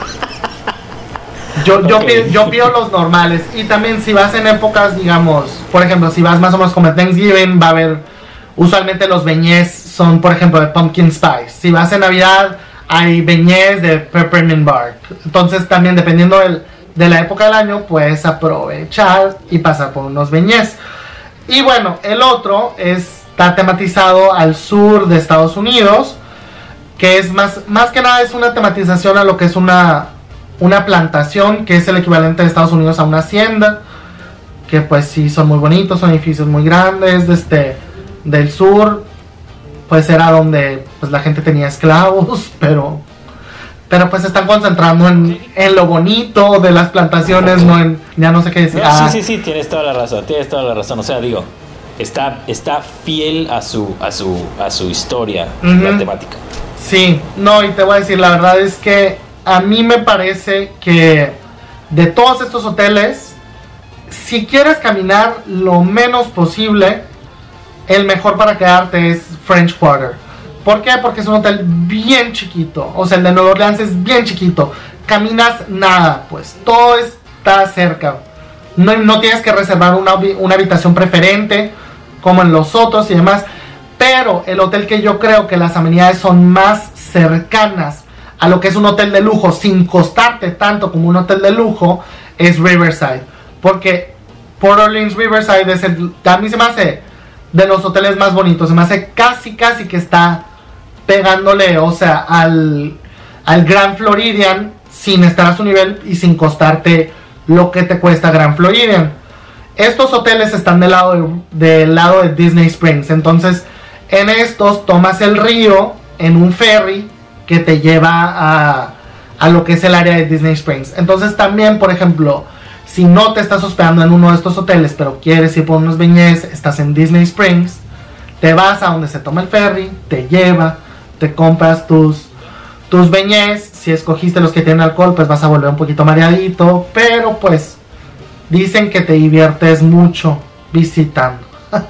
Yo, yo, okay. pido, yo pido los normales. Y también si vas en épocas, digamos, por ejemplo, si vas más o menos como Thanksgiving, va a haber... Usualmente los beñés son, por ejemplo, de pumpkin spice. Si vas en Navidad, hay beñés de peppermint bark. Entonces también dependiendo del, de la época del año, puedes aprovechar y pasar por unos beñés. Y bueno, el otro es, está tematizado al sur de Estados Unidos, que es más, más que nada es una tematización a lo que es una, una plantación, que es el equivalente de Estados Unidos a una hacienda. Que pues sí, son muy bonitos, son edificios muy grandes, de este... del sur, pues era donde pues la gente tenía esclavos, pero pero pues se están concentrando en, en lo bonito de las plantaciones, no en, ya no sé qué decir. No, ah. Sí, sí, sí, tienes toda la razón, tienes toda la razón, o sea, digo, está, está fiel a su, a su, a su historia, uh-huh. La temática. Sí, no, y te voy a decir, la verdad es que a mí me parece que de todos estos hoteles, si quieres caminar lo menos posible, el mejor para quedarte es French Quarter. ¿Por qué? Porque es un hotel bien chiquito. O sea, el de Nueva Orleans es bien chiquito. Caminas nada, pues. Todo está cerca. No, no tienes que reservar una, una habitación preferente como en los otros y demás. Pero el hotel que yo creo que las amenidades son más cercanas a lo que es un hotel de lujo, sin costarte tanto como un hotel de lujo, es Riverside. Porque Port Orleans Riverside es el, a mí se me hace de los hoteles más bonitos. Se me hace casi casi que está pegándole, o sea, al, al Grand Floridian, sin estar a su nivel y sin costarte lo que te cuesta Grand Floridian. estos hoteles están del lado de, del lado de Disney Springs. Entonces, en estos tomas el río en un ferry que te lleva a, a lo que es el área de Disney Springs. Entonces, también, por ejemplo, si no te estás hospedando en uno de estos hoteles, pero quieres ir por unos beñés, estás en Disney Springs, te vas a donde se toma el ferry, te lleva, te compras tus, tus beñés. Si escogiste los que tienen alcohol, pues vas a volver un poquito mareadito, pero pues dicen que te diviertes mucho visitando.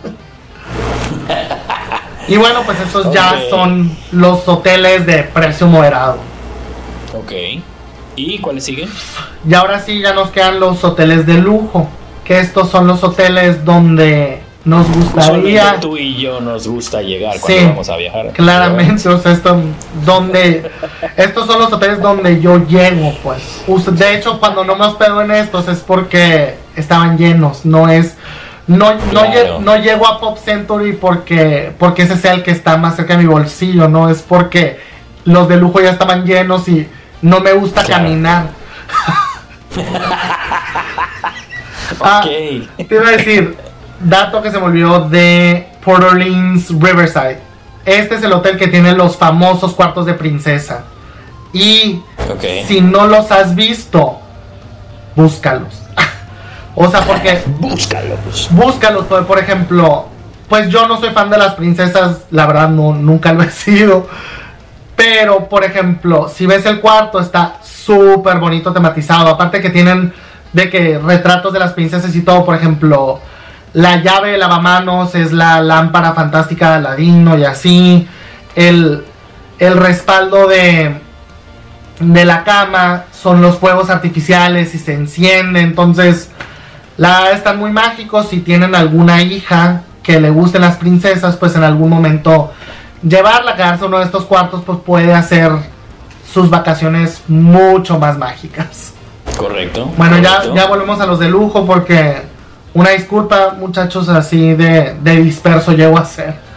Y bueno, pues esos okay. ya son los hoteles de precio moderado. Ok. ¿Y cuáles siguen? Y ahora sí ya nos quedan los hoteles de lujo, que estos son los hoteles donde nos gustaría... Tú y yo nos gusta llegar cuando sí, vamos a viajar. Claramente, o sea, esto, donde, estos son los hoteles donde yo llego, pues. De hecho, cuando no me hospedo en estos es porque estaban llenos, no es... No, no, claro. no llego a Pop Century porque, porque ese sea el que está más cerca de mi bolsillo, no es porque los de lujo ya estaban llenos y no me gusta claro. caminar. ah, okay. Te iba a decir, dato que se me olvidó de Port Orleans Riverside. Este es el hotel que tiene los famosos cuartos de princesa. Y okay. si no los has visto, búscalos. O sea, porque... Búscalos. Búscalos, porque, por ejemplo, pues yo no soy fan de las princesas, la verdad no, nunca lo he sido. Pero, por ejemplo, si ves el cuarto, está súper bonito tematizado. Aparte que tienen de que retratos de las princesas y todo. Por ejemplo, la llave de lavamanos es la lámpara fantástica de Aladino y así. El, el respaldo de, de la cama son los fuegos artificiales y se enciende. Entonces... La, están muy mágicos. Si tienen alguna hija que le gusten las princesas, pues en algún momento llevarla a quedarse en uno de estos cuartos, pues puede hacer sus vacaciones mucho más mágicas. Correcto. Bueno, correcto. Ya, ya volvemos a los de lujo porque una disculpa, muchachos, así de, de disperso llego a ser.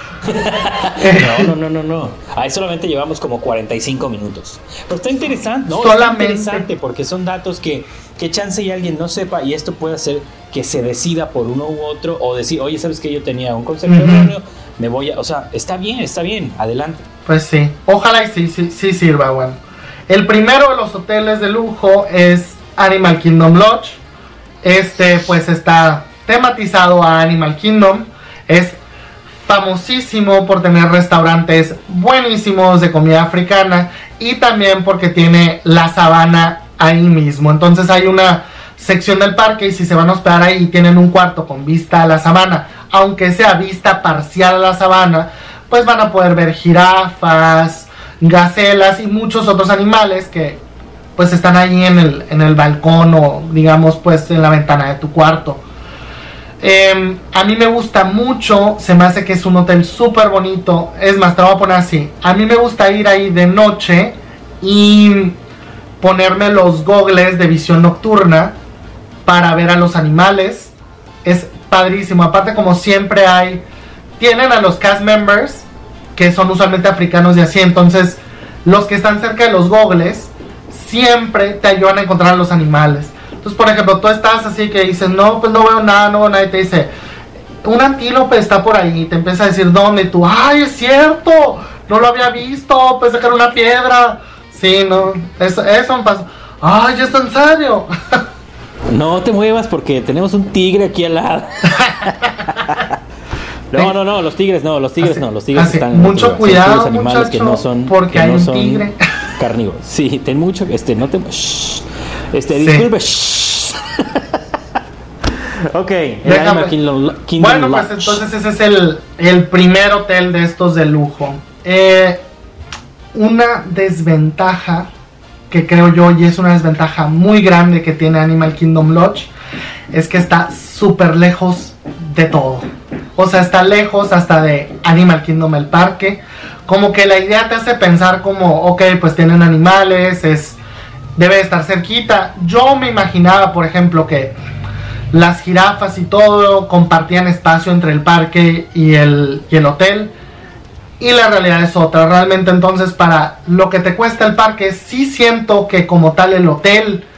No, no, no, no, no. Ahí solamente llevamos como cuarenta y cinco minutos. Pero está interesante, ¿no? Solamente. Está interesante porque son datos que, que chance y alguien no sepa y esto puede hacer que se decida por uno u otro o decir, oye, ¿sabes qué? Yo tenía un concepto uh-huh. erróneo, me voy a... O sea, está bien, está bien, adelante. Pues sí, ojalá y sí, sí, sí sirva, bueno. El primero de los hoteles de lujo es Animal Kingdom Lodge. Este, pues, está tematizado a Animal Kingdom. Es famosísimo por tener restaurantes buenísimos de comida africana y también porque tiene la sabana ahí mismo. Entonces hay una sección del parque y si se van a hospedar ahí tienen un cuarto con vista a la sabana, aunque sea vista parcial a la sabana, pues van a poder ver jirafas, gacelas y muchos otros animales que pues están ahí en el, en el balcón o digamos pues en la ventana de tu cuarto. Eh, a mí me gusta mucho, se me hace que es un hotel súper bonito. Es más, te lo voy a poner así. A mí me gusta ir ahí de noche y ponerme los gogles de visión nocturna para ver a los animales. Es padrísimo. Aparte, como siempre hay, tienen a los cast members que son usualmente africanos y así. Entonces los que están cerca de los gogles siempre te ayudan a encontrar a los animales. Entonces, por ejemplo, tú estás así que dices, no, pues no veo nada, no veo nada, y te dice, un antílope está por ahí, y te empieza a decir, ¿dónde? Y tú, ¡ay, es cierto! No lo había visto, pensé que era una piedra. Sí, no, eso, eso me pasa. ¡Ay, ¿es en serio? No te muevas porque tenemos un tigre aquí al lado. No, no, no, los tigres no, los tigres así, no, los tigres así, están... Mucho son cuidado, animales muchacho, que no son, porque que hay no un son tigre. Carnívoros. Sí, ten mucho, este, no te... Shh, este, sí. disculpe, shh. Ok, Déjame. Kingdom, Kingdom bueno, Lodge. pues entonces ese es el, el primer hotel de estos de lujo. Eh, una desventaja que creo yo, y es una desventaja muy grande que tiene Animal Kingdom Lodge, es que está súper lejos de todo. O sea, está lejos hasta de Animal Kingdom el parque. Como que la idea te hace pensar como, ok, pues tienen animales, es debe estar cerquita. Yo me imaginaba, por ejemplo, que las jirafas y todo compartían espacio entre el parque y el, y el hotel. Y la realidad es otra. Realmente, entonces, para lo que te cuesta el parque, sí siento que como tal el hotel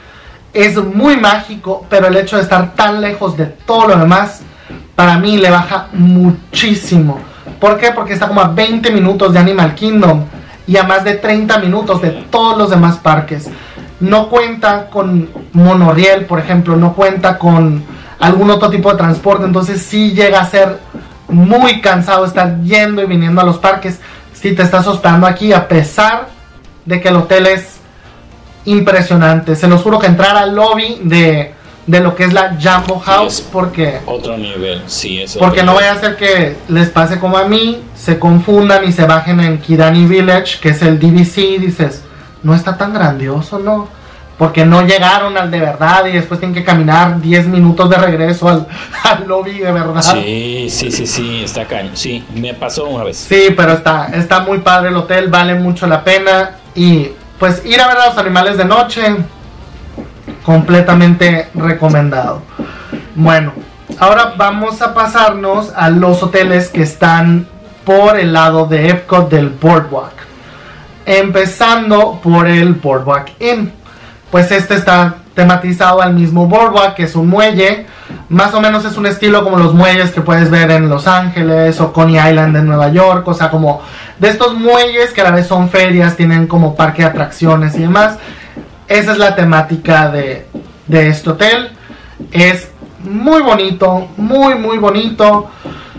es muy mágico, pero el hecho de estar tan lejos de todo lo demás, para mí le baja muchísimo. ¿Por qué? Porque está como a veinte minutos de Animal Kingdom y a más de treinta minutos de todos los demás parques. No cuenta con monorriel, por ejemplo, no cuenta con algún otro tipo de transporte, entonces sí llega a ser muy cansado estar yendo y viniendo a los parques si te estás hospedando aquí, a pesar de que el hotel es impresionante. Se los juro que entrar al lobby de, de lo que es la Jambo House, es porque otro nivel, sí, es porque otro no nivel. vaya a ser que les pase como a mí, se confundan y se bajen en Kidani Village, que es el D V C, y dices, no está tan grandioso, ¿no? Porque no llegaron al de verdad y después tienen que caminar diez minutos de regreso al, al lobby de verdad. Sí, sí, sí, sí, está caño. Sí, me pasó una vez. Sí, pero está, está muy padre el hotel, vale mucho la pena. Y pues ir a ver a los animales de noche, completamente recomendado. Bueno, ahora vamos a pasarnos a los hoteles que están por el lado de Epcot del Boardwalk. Empezando por el Boardwalk Inn. Pues este está tematizado al mismo Boardwalk, que es un muelle. Más o menos es un estilo como los muelles que puedes ver en Los Ángeles o Coney Island en Nueva York. O sea, como de estos muelles que a la vez son ferias, tienen como parque de atracciones y demás. Esa es la temática de, de este hotel. Es muy bonito, muy muy bonito.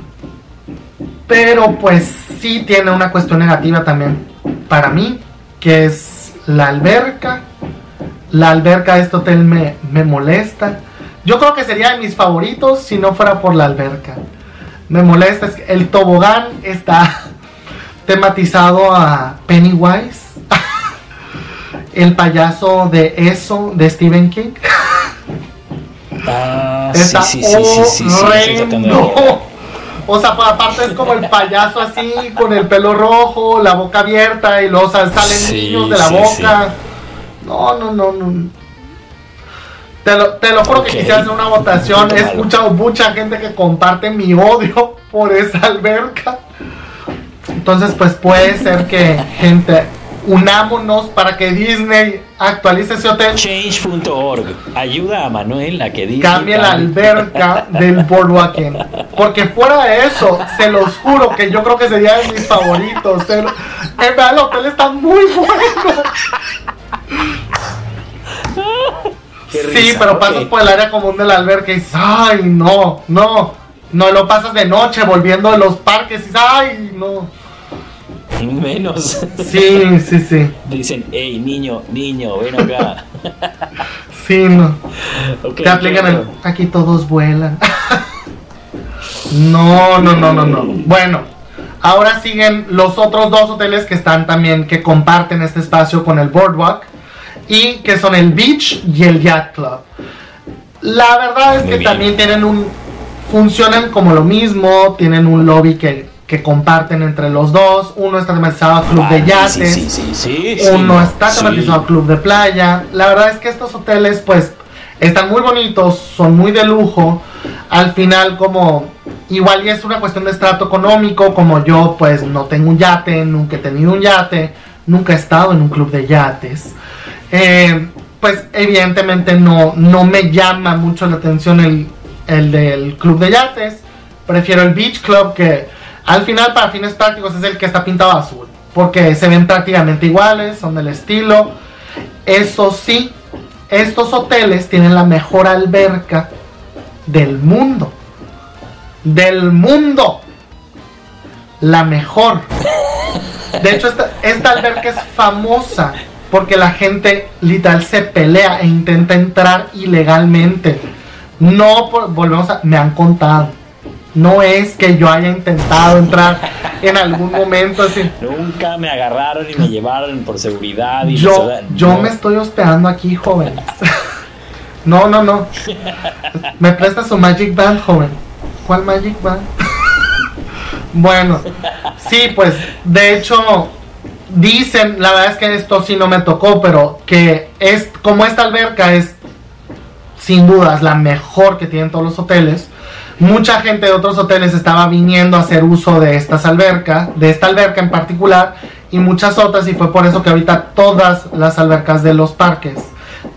Pero pues sí tiene una cuestión negativa también para mí, que es la alberca. La alberca de este hotel me, me molesta. Yo creo que sería de mis favoritos si no fuera por la alberca. Me molesta, es que el tobogán está tematizado a Pennywise, el payaso de Eso de Stephen King. Ah, Está sí, sí, sí, sí, sí, sí, horrendo. O sea, por aparte es como el payaso así, con el pelo rojo, la boca abierta y luego salen Sí, niños de la sí, boca. No, no, no, no. Te lo, te lo juro Ok. que quisiera hacer una votación. He escuchado mucha gente que comparte mi odio por esa alberca. Entonces, pues puede ser que, gente, unámonos para que Disney actualice ese hotel. Change punto org. Ayuda a Manuel a que diga. Cambie la alberca del Boardwalk Inn. Porque fuera de eso, se los juro que yo creo que sería de mis favoritos. En verdad, el hotel está muy bueno. Qué Sí, risa, pero ok. pasas por el área común de la alberca y dices, ay, no, no. No lo pasas de noche volviendo de los parques y dices, ay, no. Menos. Sí, sí, sí. Dicen, hey, niño, niño, ven acá. Sí, no. Okay, Te aplican el, claro. aquí todos vuelan. No, no, no, no, no. Bueno, ahora siguen los otros dos hoteles que están también, que comparten este espacio con el Boardwalk, y que son el Beach y el Yacht Club. La verdad es Muy que bien. también tienen un, funcionan como lo mismo, tienen un lobby que, que comparten entre los dos. Uno está tematizado a Club de Vale, Yates, sí, sí, sí, sí, uno sí, está sí. tematizado a Club de Playa. La verdad es que estos hoteles pues están muy bonitos, son muy de lujo. Al final, como igual y es una cuestión de estrato económico, como yo pues no tengo un yate, nunca he tenido un yate, nunca he estado en un club de yates, eh, pues evidentemente no, no me llama mucho la atención el, el del club de yates. Prefiero el Beach Club, que al final para fines prácticos es el que está pintado azul, porque se ven prácticamente iguales, son del estilo. Eso sí, estos hoteles tienen la mejor alberca del mundo. Del mundo. La mejor. De hecho, esta, esta alberca es famosa porque la gente literal se pelea e intenta entrar ilegalmente. No, por, volvemos a... Me han contado. No es que yo haya intentado entrar en algún momento así. Nunca me agarraron y me llevaron por seguridad. Y Yo, no. yo me estoy hospedando aquí, joven. No, no, no. Me presta su Magic Band, joven. ¿Cuál Magic Band? Bueno, sí, pues, de hecho, dicen, la verdad es que esto sí no me tocó, pero que es, como esta alberca es, sin dudas, la mejor que tienen todos los hoteles. Mucha gente de otros hoteles estaba viniendo a hacer uso de estas albercas, de esta alberca en particular, y muchas otras, y fue por eso que ahorita todas las albercas de los parques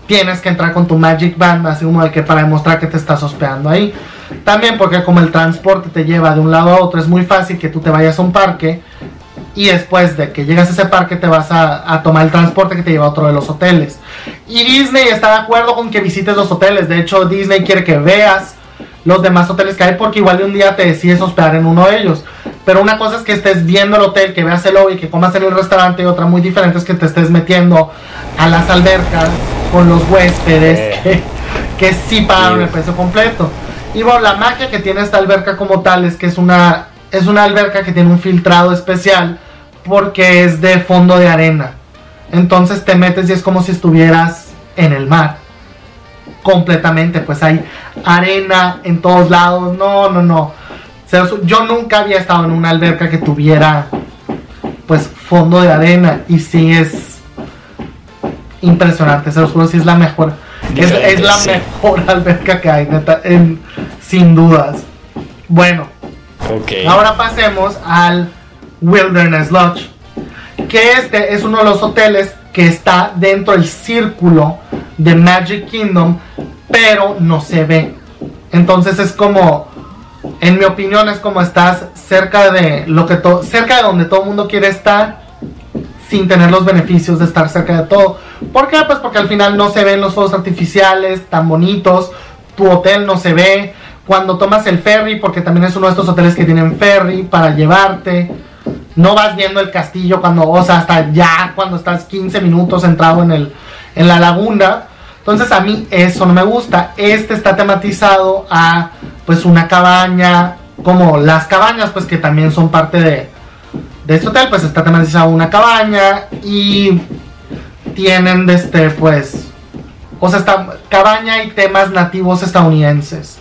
tienes que entrar con tu Magic Band, así como de que para demostrar que te estás hospedando ahí. También porque como el transporte te lleva de un lado a otro, es muy fácil que tú te vayas a un parque y después de que llegas a ese parque te vas a, a tomar el transporte que te lleva a otro de los hoteles. Y Disney está de acuerdo con que visites los hoteles. De hecho, Disney quiere que veas los demás hoteles que hay, porque igual de un día te decides hospedar en uno de ellos. Pero una cosa es que estés viendo el hotel, que veas el lobby, que comas en el restaurante, y otra muy diferente es que te estés metiendo a las albercas con los huéspedes eh. que, que sí pagaron sí. el precio completo. Y bueno, la magia que tiene esta alberca como tal es que es una, es una alberca que tiene un filtrado especial porque es de fondo de arena. Entonces te metes y es como si estuvieras en el mar. Completamente, pues hay arena en todos lados. No, no, no. Yo nunca había estado en una alberca que tuviera pues fondo de arena. Y sí es impresionante, se los juro, sí es la mejor. Es, es la sí. mejor alberca que hay, neta, en, sin dudas. Bueno, okay. Ahora pasemos al Wilderness Lodge, que este es uno de los hoteles que está dentro del círculo de Magic Kingdom, pero no se ve. Entonces es como, en mi opinión, es como estás cerca de lo que to- cerca de donde todo el mundo quiere estar, sin tener los beneficios de estar cerca de todo. ¿Por qué? Pues porque al final no se ven los fuegos artificiales tan bonitos, tu hotel no se ve. Cuando tomas el ferry, porque también es uno de estos hoteles que tienen ferry para llevarte, no vas viendo el castillo cuando, o sea, hasta ya cuando estás quince minutos entrado en el en la laguna. Entonces a mí eso no me gusta. Este está tematizado a pues una cabaña, como las cabañas pues que también son parte de de este hotel, pues está tematizado una cabaña y tienen este pues, o sea, esta cabaña y temas nativos estadounidenses.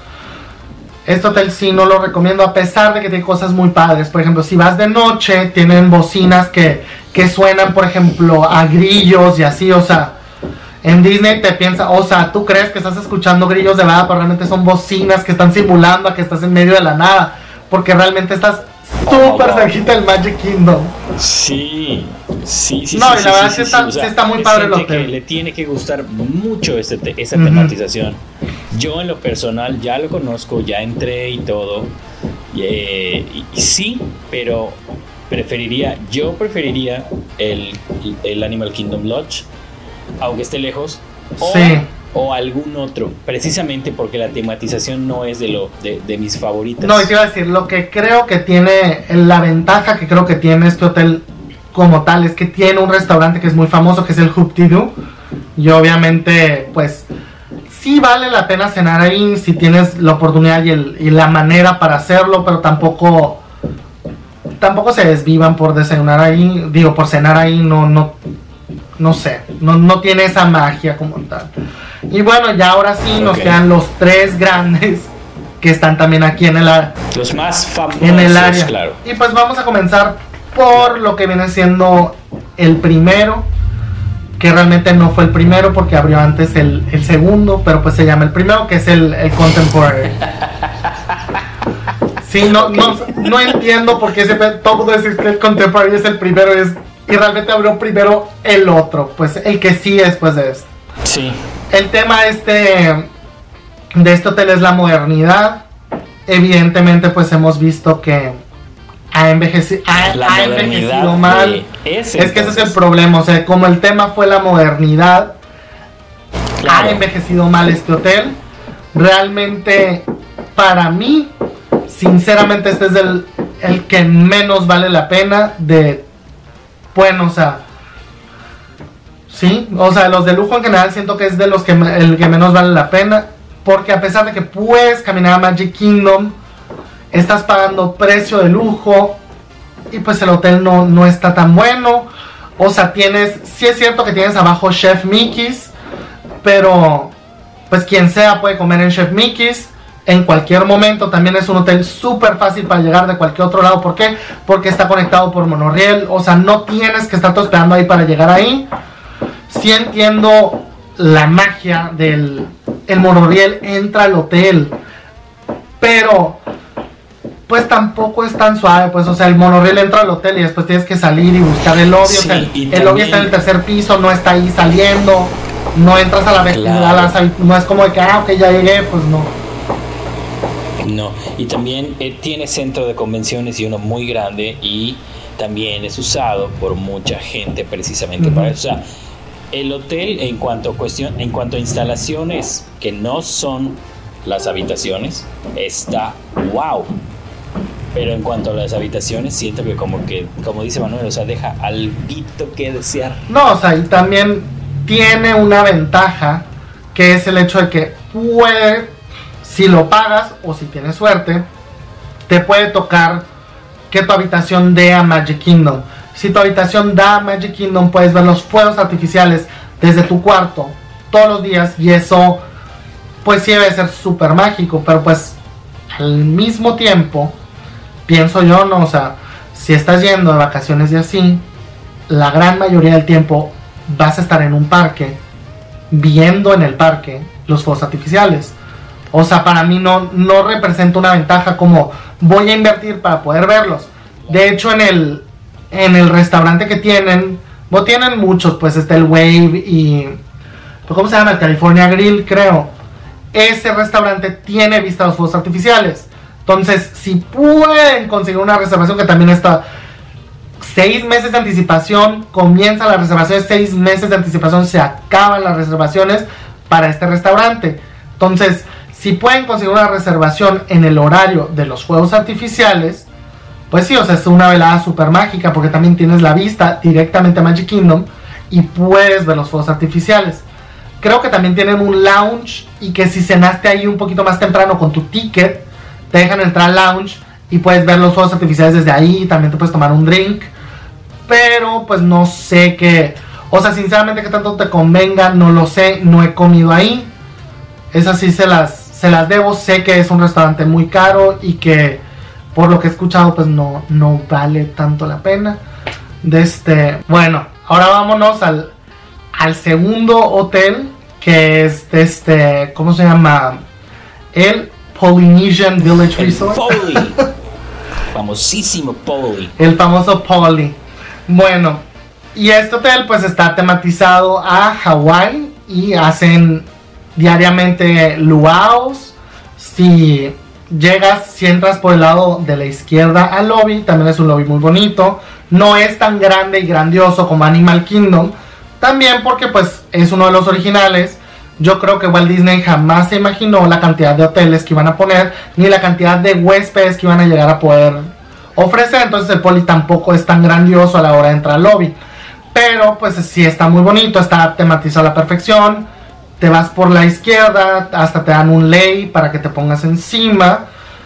Este hotel sí no lo recomiendo, a pesar de que tiene cosas muy padres. Por ejemplo, si vas de noche, tienen bocinas que, que suenan, por ejemplo, a grillos y así, o sea, en Disney te piensas, o sea, tú crees que estás escuchando grillos de verdad, pero realmente son bocinas que están simulando a que estás en medio de la nada, porque realmente estás súper oh, cerquita del Magic Kingdom. Sí, sí, sí. No, sí, y la sí, verdad sí, sí, sí, está, o sea, sí está muy padre el hotel. Que le tiene que gustar mucho este te- esa uh-huh. tematización. Yo en lo personal ya lo conozco, ya entré y todo. Y, eh, y, y sí, pero preferiría, yo preferiría el, el Animal Kingdom Lodge, aunque esté lejos. O, sí. o algún otro, precisamente porque la tematización no es de lo de, de mis favoritas. No, y te iba a decir, lo que creo que tiene, la ventaja que creo que tiene este hotel como tal, es que tiene un restaurante que es muy famoso, que es el Hoop-Dee-Doo, y obviamente, pues, sí vale la pena cenar ahí, si tienes la oportunidad y, el, y la manera para hacerlo, pero tampoco, tampoco se desvivan por desayunar ahí, digo, por cenar ahí, no, no, no sé, no, no tiene esa magia como tal. Y bueno, ya ahora sí okay. nos quedan los tres grandes que están también aquí en el área. Los más famosos, en el área. Claro. Y pues vamos a comenzar por lo que viene siendo el primero, que realmente no fue el primero porque abrió antes el, el segundo, pero pues se llama el primero, que es el, el Contemporary. Sí, no, okay. no, no entiendo por qué siempre todo mundo dice que el Contemporary es el primero es, y realmente abrió primero el otro, pues el que sí después de esto. Sí. El tema este de este hotel es la modernidad. Evidentemente pues hemos visto que ha, envejeci- ha, ha envejecido mal. Es que ese es el problema, o sea, como el tema fue la modernidad, claro. ha envejecido mal este hotel. Realmente para mí, sinceramente este es el, el que menos vale la pena de, bueno, o sea, sí, o sea, los de lujo en general siento que es de los que el que menos vale la pena, porque a pesar de que puedes caminar a Magic Kingdom, estás pagando precio de lujo y pues el hotel no, no está tan bueno. O sea, tienes, sí es cierto que tienes abajo Chef Mickey's, pero pues quien sea puede comer en Chef Mickey's en cualquier momento. También es un hotel súper fácil para llegar de cualquier otro lado. ¿Por qué? Porque está conectado por monorriel. O sea, no tienes que estar esperando ahí para llegar ahí. Sí entiendo la magia del el monorriel, entra al hotel, pero pues tampoco es tan suave, pues, o sea, el monorriel entra al hotel y después tienes que salir y buscar el lobby, sí, o sea, el, el lobby está en el tercer piso, no está ahí saliendo. No entras a la vestida, claro. no es como de que, ah, ok, ya llegué, pues no. No, y también eh, tiene centro de convenciones y uno muy grande, y también es usado por mucha gente precisamente uh-huh. para eso. O sea, el hotel en cuanto a cuestión, en cuanto a instalaciones que no son las habitaciones, está wow. Pero en cuanto a las habitaciones, siento que como que, como dice Manuel, o sea, deja alguito que desear. No, o sea, y también tiene una ventaja, que es el hecho de que puede, si lo pagas o si tienes suerte, te puede tocar que tu habitación dé a Magic Kingdom. Si tu habitación da a Magic Kingdom, puedes ver los fuegos artificiales desde tu cuarto todos los días, y eso pues sí debe ser súper mágico. Pero pues al mismo tiempo, pienso yo, no, o sea, si estás yendo de vacaciones y así, la gran mayoría del tiempo vas a estar en un parque, viendo en el parque los fuegos artificiales. O sea, para mí no, no representa una ventaja como voy a invertir para poder verlos. De hecho, en el, en el restaurante que tienen, no tienen muchos, pues está el Wave y, ¿cómo se llama? El California Grill, creo. Ese restaurante tiene vista a los fuegos artificiales. Entonces, si pueden conseguir una reservación, que también está seis meses de anticipación, comienza la reservación, seis meses de anticipación, se acaban las reservaciones para este restaurante. Entonces, si pueden conseguir una reservación en el horario de los fuegos artificiales, pues sí, o sea, es una velada súper mágica, porque también tienes la vista directamente a Magic Kingdom y puedes ver los fuegos artificiales. Creo que también tienen un lounge, y que si cenaste ahí un poquito más temprano con tu ticket, te dejan entrar al lounge y puedes ver los fuegos artificiales desde ahí. También te puedes tomar un drink, pero pues no sé qué, o sea, sinceramente que tanto te convenga, no lo sé, no he comido ahí. Esas sí se las, se las debo. Sé que es un restaurante muy caro y que por lo que he escuchado pues no, no vale tanto la pena. De este, bueno, ahora vámonos al, al segundo hotel, que es de este, ¿cómo se llama? El Polynesian Village el Resort. Poly. Famosísimo Poly. El famoso Poly. Bueno, y este hotel pues está tematizado a Hawái y hacen diariamente luaos. Si llegas, si entras por el lado de la izquierda al lobby, también es un lobby muy bonito. No es tan grande y grandioso como Animal Kingdom, también porque pues es uno de los originales. Yo creo que Walt Disney jamás se imaginó la cantidad de hoteles que iban a poner, ni la cantidad de huéspedes que iban a llegar a poder ofrecer. Entonces el Poly tampoco es tan grandioso a la hora de entrar al lobby, pero pues sí está muy bonito, está tematizado a la perfección. Te vas por la izquierda, hasta te dan un lei para que te pongas encima.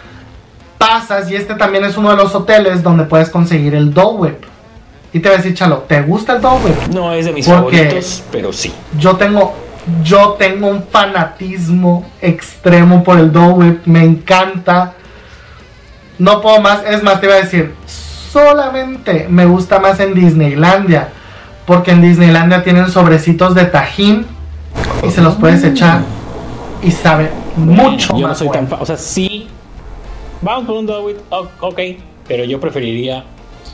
Pasas, y este también es uno de los hoteles donde puedes conseguir el Dole Whip. Y te voy a decir, Chalo, ¿te gusta el Dole Whip? No es de mis Porque favoritos, pero sí. Yo tengo, yo tengo un fanatismo extremo por el Dole Whip. Me encanta. No puedo más. Es más, te iba a decir, solamente me gusta más en Disneylandia, porque en Disneylandia tienen sobrecitos de tajín y se los puedes echar y sabe mucho yo más. No soy bueno. tan fan, o sea, sí. Vamos por un Dole Whip, oh, ok, pero yo preferiría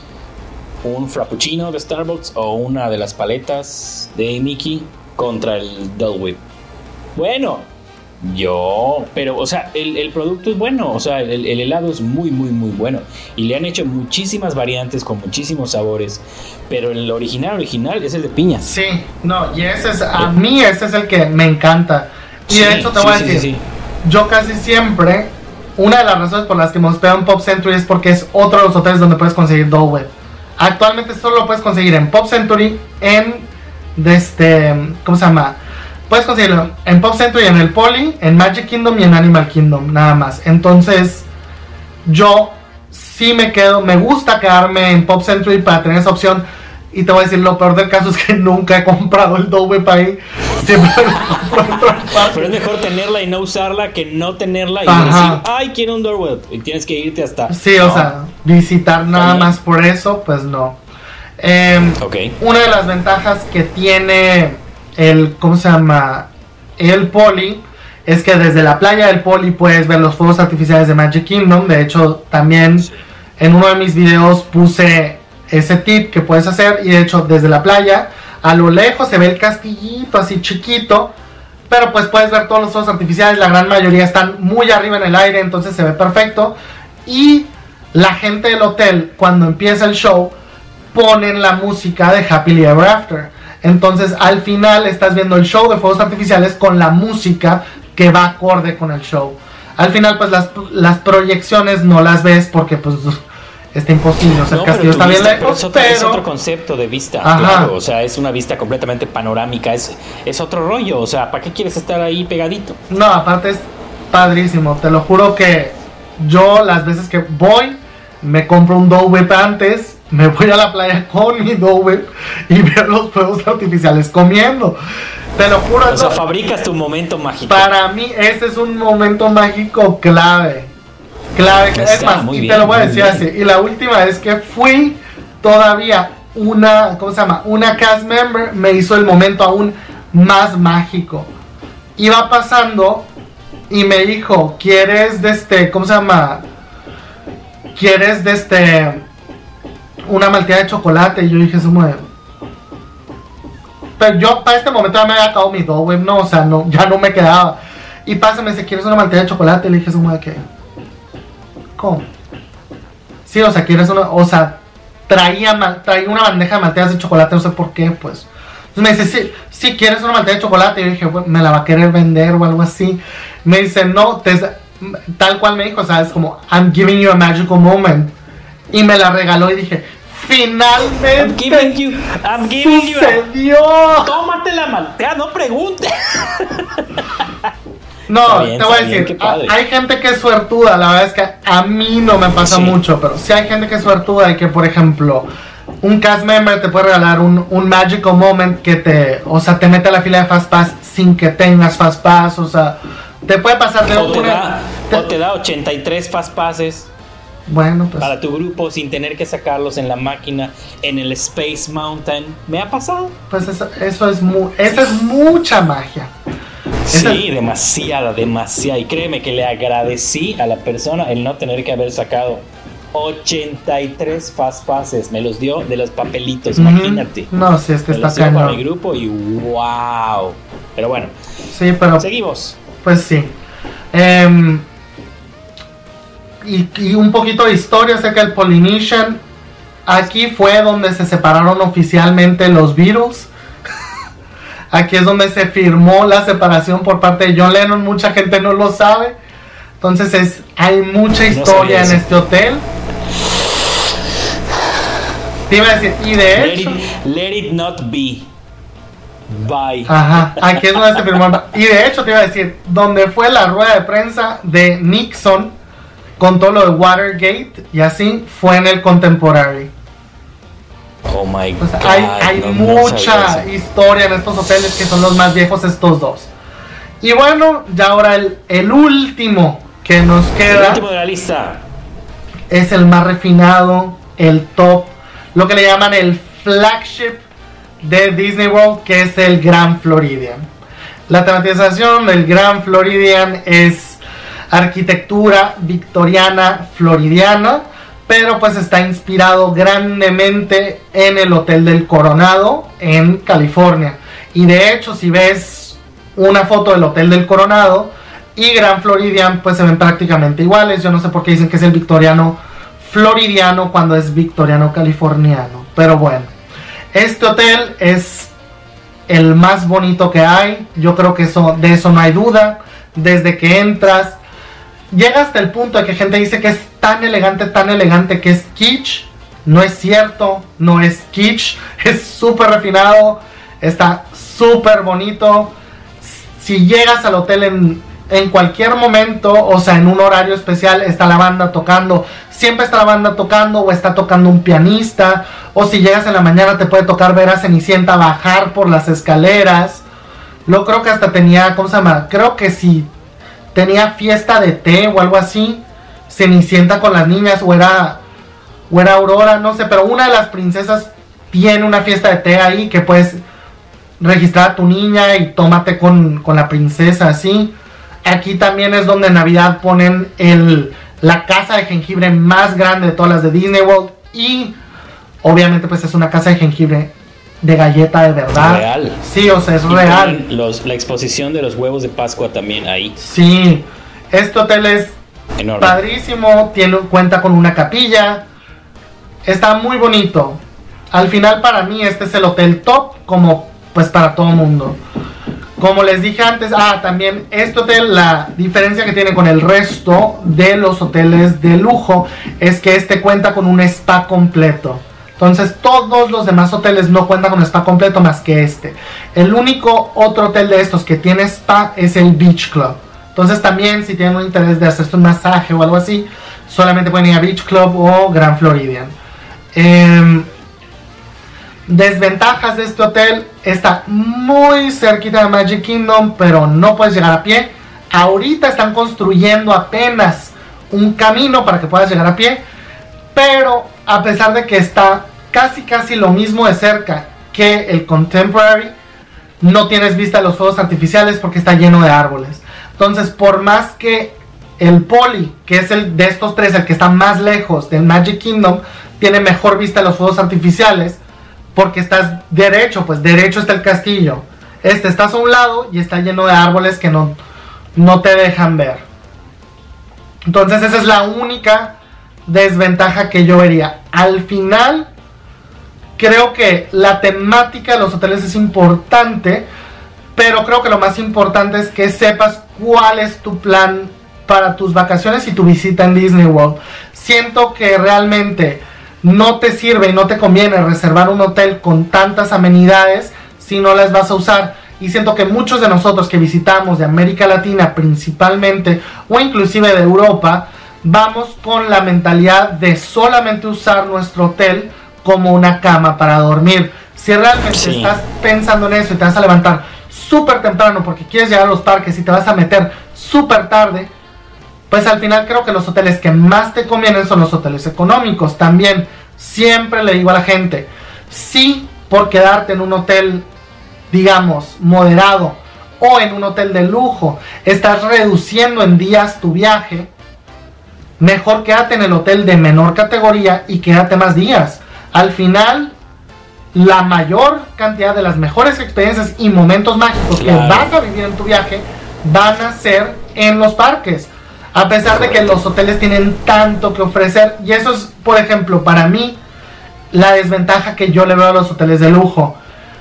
un frappuccino de Starbucks o una de las paletas de Mickey contra el Dole Whip. Bueno, yo, pero, o sea, el, el producto es bueno, o sea, el, el helado es muy, muy, muy bueno. Y le han hecho muchísimas variantes con muchísimos sabores, pero el original, original es el de piña. Sí, no, y ese es, a mí ese es el que me encanta. Y sí, de hecho te sí, voy a sí, decir, sí, sí. yo casi siempre, una de las razones por las que me hospedado en Pop Century es porque es otro de los hoteles donde puedes conseguir Dole Whip. Actualmente solo lo puedes conseguir en Pop Century, en, de este, ¿cómo se llama? Puedes conseguirlo en Pop Century, en el Poly, en Magic Kingdom y en Animal Kingdom, nada más. Entonces, yo sí me quedo, me gusta quedarme en Pop Century para tener esa opción. Y te voy a decir, lo peor del caso es que nunca he comprado el Dole Whip ahí. Siempre lo compro en otra parte. Pero es mejor tenerla y no usarla que no tenerla y Ajá. decir, ay, quiero un Dole Whip. Y tienes que irte hasta... Sí, no. o sea, visitar nada También. más por eso, pues no. Eh, Ok. Una de las ventajas que tiene el, ¿cómo se llama? El Poly, es que desde la playa del Poly puedes ver los fuegos artificiales de Magic Kingdom. De hecho, también sí. En uno de mis videos puse ese tip que puedes hacer. Y de hecho, desde la playa A lo lejos se ve el castillito así chiquito, pero pues puedes ver todos los fuegos artificiales, la gran mayoría están muy arriba en el aire, entonces se ve perfecto. Y la gente del hotel, cuando empieza el show, ponen la música de Happily Ever After. Entonces al final estás viendo el show de fuegos artificiales con la música que va acorde con el show. Al final pues las, las proyecciones no las ves porque pues está imposible, o sea, no, el castillo está bien lejos, es otro, pero... es otro concepto de vista, claro, o sea, es una vista completamente panorámica, es, es otro rollo, o sea, ¿para qué quieres estar ahí pegadito? No, aparte es padrísimo, te lo juro que yo las veces que voy, me compro un Dove Whip antes, me voy a la playa con mi Dove Whip y veo los fuegos artificiales comiendo. Te lo juro. O sea, fabricas tu momento mágico. Para mí ese es un momento mágico clave. Clave. Está, es más, y bien, te lo voy a decir bien. así. Y la última vez que fui, todavía una, ¿cómo se llama? Una cast member me hizo el momento aún más mágico. Iba pasando y me dijo, ¿quieres de este, ¿cómo se llama? ¿Quieres de este, una malteada de chocolate? Y yo dije, eso mueve. Pero yo para este momento ya me había acabado mi Dove Whip, no, o sea, no, ya no me quedaba. Y pasa, me dice, ¿quieres una malteada de chocolate? Y le dije, ¿eso qué? ¿Cómo? Sí, o sea, ¿quieres una? O sea, traía, traía una bandeja de malteadas de chocolate, no sé por qué, pues. Entonces me dice, sí, sí, ¿quieres una malteada de chocolate? Y yo dije, bueno, me la va a querer vender o algo así. Me dice, no, te, tal cual me dijo, o sea, es como, I'm giving you a magical moment. Y me la regaló y dije, finalmente I'm giving you, I'm giving sucedió. You. Tómate la malteada, no preguntes. No, bien, te voy a decir, a, hay gente que es suertuda, la verdad es que a mí no me pasa sí. mucho, pero sí hay gente que es suertuda y que, por ejemplo, un cast member te puede regalar un, un magical moment que te, o sea, te mete a la fila de Fast Pass sin que tengas Fast Pass, o sea, te puede pasar de o una... Te da, te, o te da ochenta y tres Fast Passes. Bueno, pues. Para tu grupo sin tener que sacarlos en la máquina, en el Space Mountain. ¿Me ha pasado? Pues eso, eso es mu- esa es mucha magia. Sí, esa... demasiada, demasiada. Y créeme que le agradecí a la persona el no tener que haber sacado ochenta y tres Fast Passes. Me los dio de los papelitos, uh-huh. Imagínate. No, si es que me está los dio para mi grupo y wow. Pero bueno, sí, pero seguimos. Pues sí. Eh, Y, y un poquito de historia acerca del Polynesian. Aquí fue donde se separaron oficialmente los Beatles. Aquí es donde se firmó la separación por parte de John Lennon. Mucha gente no lo sabe. Entonces es, hay mucha historia no en este hotel. Te iba a decir, y de let hecho it, let it not be. Bye. Ajá, aquí es donde se firmó. Y de hecho te iba a decir, donde fue la rueda de prensa de Nixon con todo lo de Watergate y así, fue en el Contemporary. Oh my God. God. Hay, hay no, mucha no historia en estos hoteles que son los más viejos, estos dos. Y bueno, ya ahora el, el último que nos queda. El último de la lista. Es el más refinado, el top, lo que le llaman el flagship de Disney World, que es el Grand Floridian. La tematización del Grand Floridian es arquitectura victoriana floridiana, pero pues está inspirado grandemente en el Hotel del Coronado en California. Y de hecho, si ves una foto del Hotel del Coronado y Grand Floridian, pues se ven prácticamente iguales. Yo no sé por qué dicen que es el victoriano floridiano cuando es victoriano californiano, pero bueno, este hotel es el más bonito que hay. Yo creo que eso, de eso no hay duda. Desde que entras, llega hasta el punto de que gente dice que es tan elegante, tan elegante que es kitsch. No es cierto, no es kitsch, es súper refinado, está súper bonito. Si llegas al hotel en, en cualquier momento, o sea, en un horario especial, está la banda tocando. Siempre está la banda tocando o está tocando un pianista. O si llegas en la mañana te puede tocar ver a Cenicienta bajar por las escaleras. Lo creo que hasta tenía, ¿cómo se llama? Creo que sí. Tenía fiesta de té o algo así. Cenicienta con las niñas. O era, o era Aurora, no sé. Pero una de las princesas tiene una fiesta de té ahí. Que puedes registrar a tu niña y tómate con, con la princesa así. Aquí también es donde en Navidad ponen el, la casa de jengibre más grande de todas las de Disney World. Y obviamente pues es una casa de jengibre de galleta de verdad. Real. Sí, o sea, es y real. Los, la exposición de los huevos de Pascua también ahí. Sí, este hotel es enorme. Padrísimo, tiene, cuenta con una capilla, está muy bonito. Al final para mí este es el hotel top, como pues para todo el mundo. Como les dije antes, ah, también este hotel, la diferencia que tiene con el resto de los hoteles de lujo es que este cuenta con un spa completo. Entonces todos los demás hoteles no cuentan con spa completo más que este. El único otro hotel de estos que tiene spa es el Beach Club. Entonces también si tienen un interés de hacerse un masaje o algo así, solamente pueden ir a Beach Club o Grand Floridian. Eh, desventajas de este hotel: está muy cerquita de Magic Kingdom, pero no puedes llegar a pie. Ahorita están construyendo apenas un camino para que puedas llegar a pie, pero a pesar de que está casi casi lo mismo de cerca que el Contemporary, no tienes vista de los fuegos artificiales porque está lleno de árboles. Entonces, por más que el Poly, que es el de estos tres, el que está más lejos del Magic Kingdom, tiene mejor vista de los fuegos artificiales, porque estás derecho, pues derecho está el castillo. Este estás a un lado y está lleno de árboles que no, no te dejan ver. Entonces esa es la única desventaja que yo vería. Al final, creo que la temática de los hoteles es importante, pero creo que lo más importante es que sepas cuál es tu plan para tus vacaciones y tu visita en Disney World. Siento que realmente no te sirve y no te conviene reservar un hotel con tantas amenidades si no las vas a usar. Y siento que muchos de nosotros que visitamos de América Latina principalmente, o inclusive de Europa, vamos con la mentalidad de solamente usar nuestro hotel como una cama para dormir. Si realmente sí. estás pensando en eso y te vas a levantar súper temprano porque quieres llegar a los parques y te vas a meter súper tarde, pues al final creo que los hoteles que más te convienen son los hoteles económicos. También siempre le digo a la gente, sí, por quedarte en un hotel, digamos, moderado o en un hotel de lujo, estás reduciendo en días tu viaje, mejor quédate en el hotel de menor categoría y quédate más días. Al final, la mayor cantidad de las mejores experiencias y momentos mágicos claro. que vas a vivir en tu viaje van a ser en los parques. A pesar de que los hoteles tienen tanto que ofrecer. Y eso es, por ejemplo, para mí, la desventaja que yo le veo a los hoteles de lujo.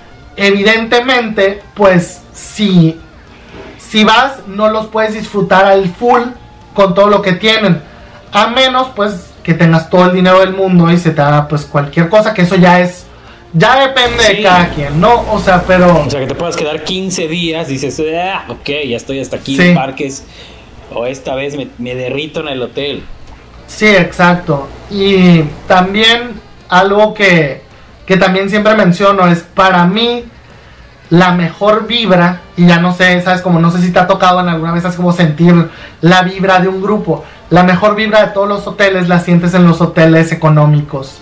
Evidentemente, pues, si, si vas, no los puedes disfrutar al full con todo lo que tienen. A menos, pues, que tengas todo el dinero del mundo y se te haga, pues, cualquier cosa. Que eso ya es, ya depende sí. de cada quien, ¿no? O sea, pero... O sea, que te puedas quedar quince días, dices, ah, ok, ya estoy hasta aquí sí. en parques... O esta vez me, me derrito en el hotel. Sí, exacto. Y también algo que, que también siempre menciono es, para mí, la mejor vibra, y ya no sé, sabes, como no sé si te ha tocado en alguna vez así como sentir la vibra de un grupo. La mejor vibra de todos los hoteles la sientes en los hoteles económicos.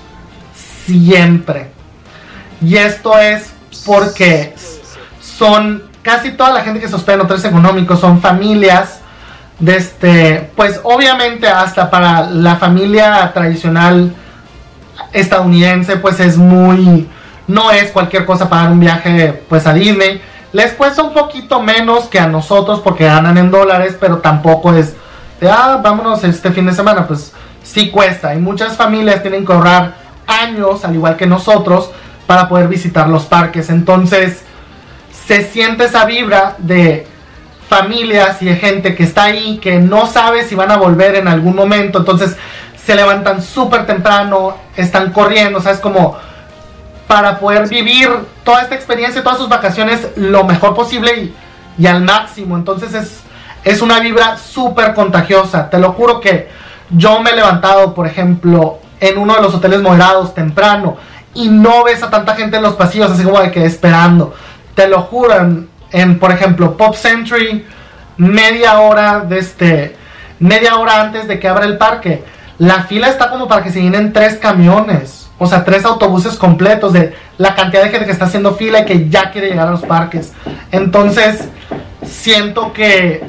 Siempre. Y esto es porque son, casi toda la gente que se hospeda en hoteles económicos son familias. De este, pues obviamente hasta para la familia tradicional estadounidense, pues es muy, no es cualquier cosa pagar un viaje pues a Disney. Les cuesta un poquito menos que a nosotros porque ganan en dólares, pero tampoco es de, ah, vámonos este fin de semana. Pues sí cuesta, y muchas familias tienen que ahorrar años, al igual que nosotros, para poder visitar los parques. Entonces se siente esa vibra de familias y de gente que está ahí, que no sabe si van a volver en algún momento. Entonces se levantan súper temprano, están corriendo, ¿sabes? Como para poder vivir toda esta experiencia, todas sus vacaciones lo mejor posible y, y al máximo. Entonces es, es una vibra súper contagiosa. Te lo juro que yo me he levantado, por ejemplo, en uno de los hoteles moderados temprano y no ves a tanta gente en los pasillos así como de que esperando. Te lo juro, en, en por ejemplo Pop Century, media hora de este, media hora antes de que abra el parque, la fila está como para que se llenen tres camiones, o sea, tres autobuses completos de la cantidad de gente que está haciendo fila y que ya quiere llegar a los parques. Entonces siento que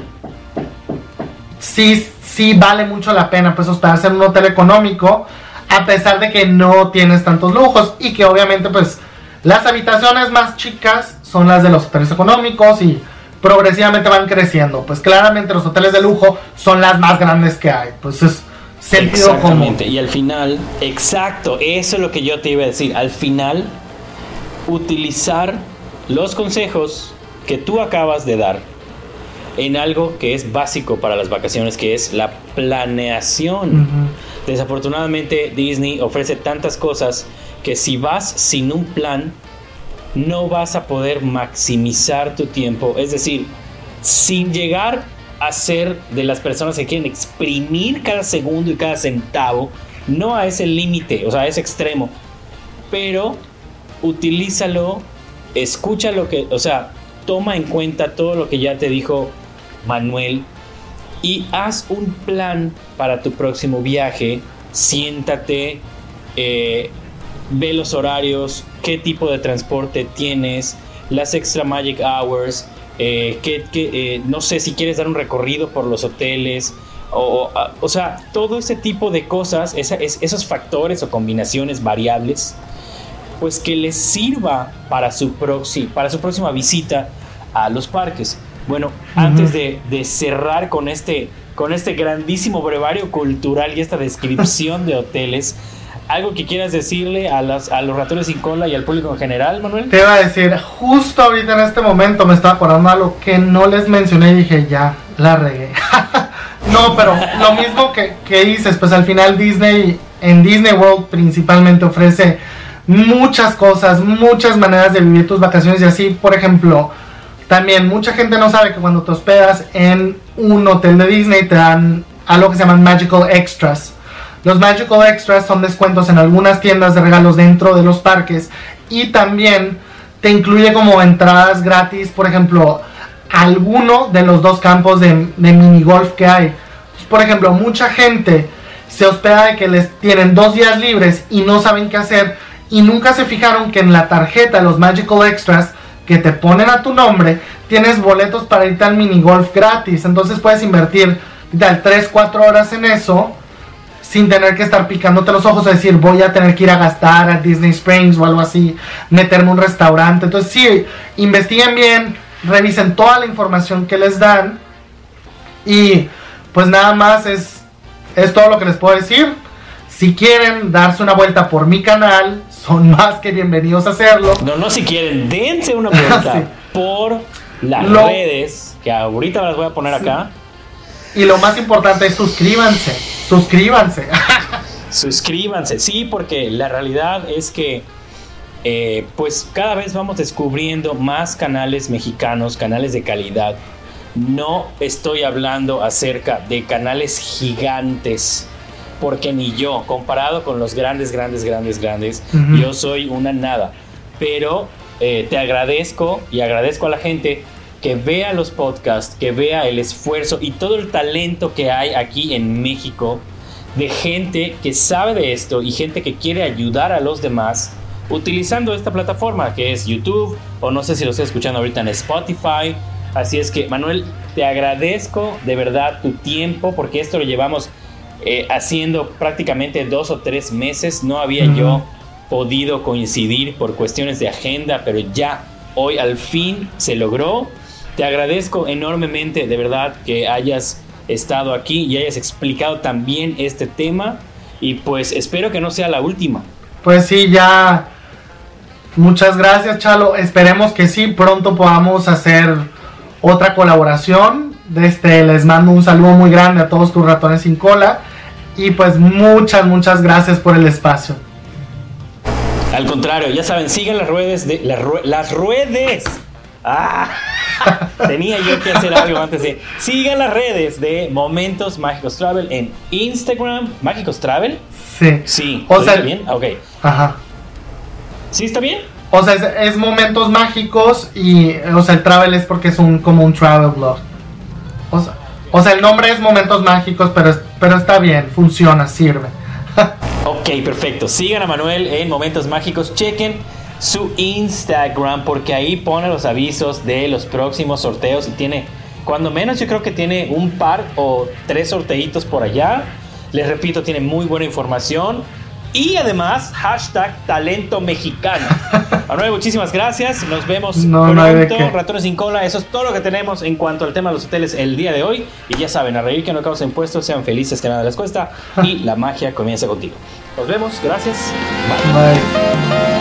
sí, sí vale mucho la pena pues hospedarse en un hotel económico, a pesar de que no tienes tantos lujos y que obviamente pues Las habitaciones más chicas son las de los hoteles económicos y progresivamente van creciendo. Pues claramente los hoteles de lujo son las más grandes que hay. Pues es sentido común. Y al final, exacto, eso es lo que yo te iba a decir. Al final, utilizar los consejos que tú acabas de dar en algo que es básico para las vacaciones, que es la planeación. Uh-huh. Desafortunadamente, Disney ofrece tantas cosas que si vas sin un plan, no vas a poder maximizar tu tiempo. Es decir, sin llegar a ser de las personas que quieren exprimir cada segundo y cada centavo, no a ese límite, o sea, a ese extremo, pero utilízalo, escucha lo que, o sea, toma en cuenta todo lo que ya te dijo Manuel y haz un plan para tu próximo viaje. Siéntate, eh, ve los horarios, qué tipo de transporte tienes, las extra magic hours, eh, que, que, eh, no sé si quieres dar un recorrido por los hoteles, o, o, o sea, todo ese tipo de cosas, esa, es, esos factores o combinaciones variables, pues que les sirva para su, proxi, para su próxima visita a los parques. Bueno, uh-huh. antes de, de cerrar con este, con este grandísimo brevario cultural y esta descripción de hoteles, ¿algo que quieras decirle a, las, a los ratones sin cola y al público en general, Manuel? Te iba a decir, justo ahorita en este momento me estaba acordando de algo que no les mencioné y dije, ya, la regué. No, pero lo mismo que, que dices, pues al final Disney, en Disney World principalmente ofrece muchas cosas, muchas maneras de vivir tus vacaciones y así. Por ejemplo, también mucha gente no sabe que cuando te hospedas en un hotel de Disney te dan algo que se llaman Magical Extras. Los Magical Extras son descuentos en algunas tiendas de regalos dentro de los parques y también te incluye como entradas gratis, por ejemplo, a alguno de los dos campos de, de mini golf que hay. Pues, por ejemplo, mucha gente se hospeda de que les tienen dos días libres y no saben qué hacer y nunca se fijaron que en la tarjeta de los Magical Extras que te ponen a tu nombre tienes boletos para irte al mini golf gratis. Entonces puedes invertir tres, cuatro horas en eso sin tener que estar picándote los ojos, es decir, voy a tener que ir a gastar a Disney Springs o algo así, meterme a un restaurante. Entonces sí, investiguen bien, revisen toda la información que les dan y pues nada más es, es todo lo que les puedo decir. Si quieren darse una vuelta por mi canal, son más que bienvenidos a hacerlo. No, no si quieren, dense una vuelta sí. por las lo, redes, que ahorita las voy a poner sí. acá. Y lo más importante es suscríbanse, suscríbanse. Suscríbanse, sí, porque la realidad es que eh, pues cada vez vamos descubriendo más canales mexicanos, canales de calidad. No estoy hablando acerca de canales gigantes, porque ni yo, comparado con los grandes, grandes, grandes, grandes, uh-huh. yo soy una nada. Pero eh, te agradezco y agradezco a la gente que vea los podcasts, que vea el esfuerzo y todo el talento que hay aquí en México de gente que sabe de esto y gente que quiere ayudar a los demás utilizando esta plataforma que es YouTube, o no sé si lo estoy escuchando ahorita en Spotify. Así es que, Manuel, te agradezco de verdad tu tiempo, porque esto lo llevamos eh, haciendo prácticamente dos o tres meses. No había uh-huh. yo podido coincidir por cuestiones de agenda, pero ya hoy al fin se logró. Te agradezco enormemente, de verdad, que hayas estado aquí y hayas explicado también este tema. Y pues espero que no sea la última. Pues sí, ya. Muchas gracias, Chalo. Esperemos que sí, pronto podamos hacer otra colaboración. Este, les mando un saludo muy grande a todos tus ratones sin cola. Y pues muchas, muchas gracias por el espacio. Al contrario, ya saben, sigan las redes de las, rue- las redes. Ah, tenía yo que hacer algo antes de. Sigan las redes de Momentos Mágicos Travel en Instagram. ¿Mágicos Travel? Sí. Sí. O sea, bien? Ok. Ajá. ¿Sí está bien? O sea, es, es Momentos Mágicos y, o sea, el travel es porque es un como un travel blog. O sea, o sea el nombre es Momentos Mágicos, pero, pero está bien, funciona, sirve. Ok, perfecto. Sigan a Manuel en Momentos Mágicos. Chequen su Instagram, porque ahí pone los avisos de los próximos sorteos y tiene, cuando menos yo creo que tiene un par o tres sorteitos por allá. Les repito, tiene muy buena información. y además hashtag talento mexicano. Manuel, muchísimas gracias. Nos vemos no, pronto. No Ratones sin cola. Eso es todo lo que tenemos en cuanto al tema de los hoteles el día de hoy. Y ya saben, a reír que no causa impuestos, sean felices que nada les cuesta y la magia comienza contigo. Nos vemos. Gracias. Bye. Bye.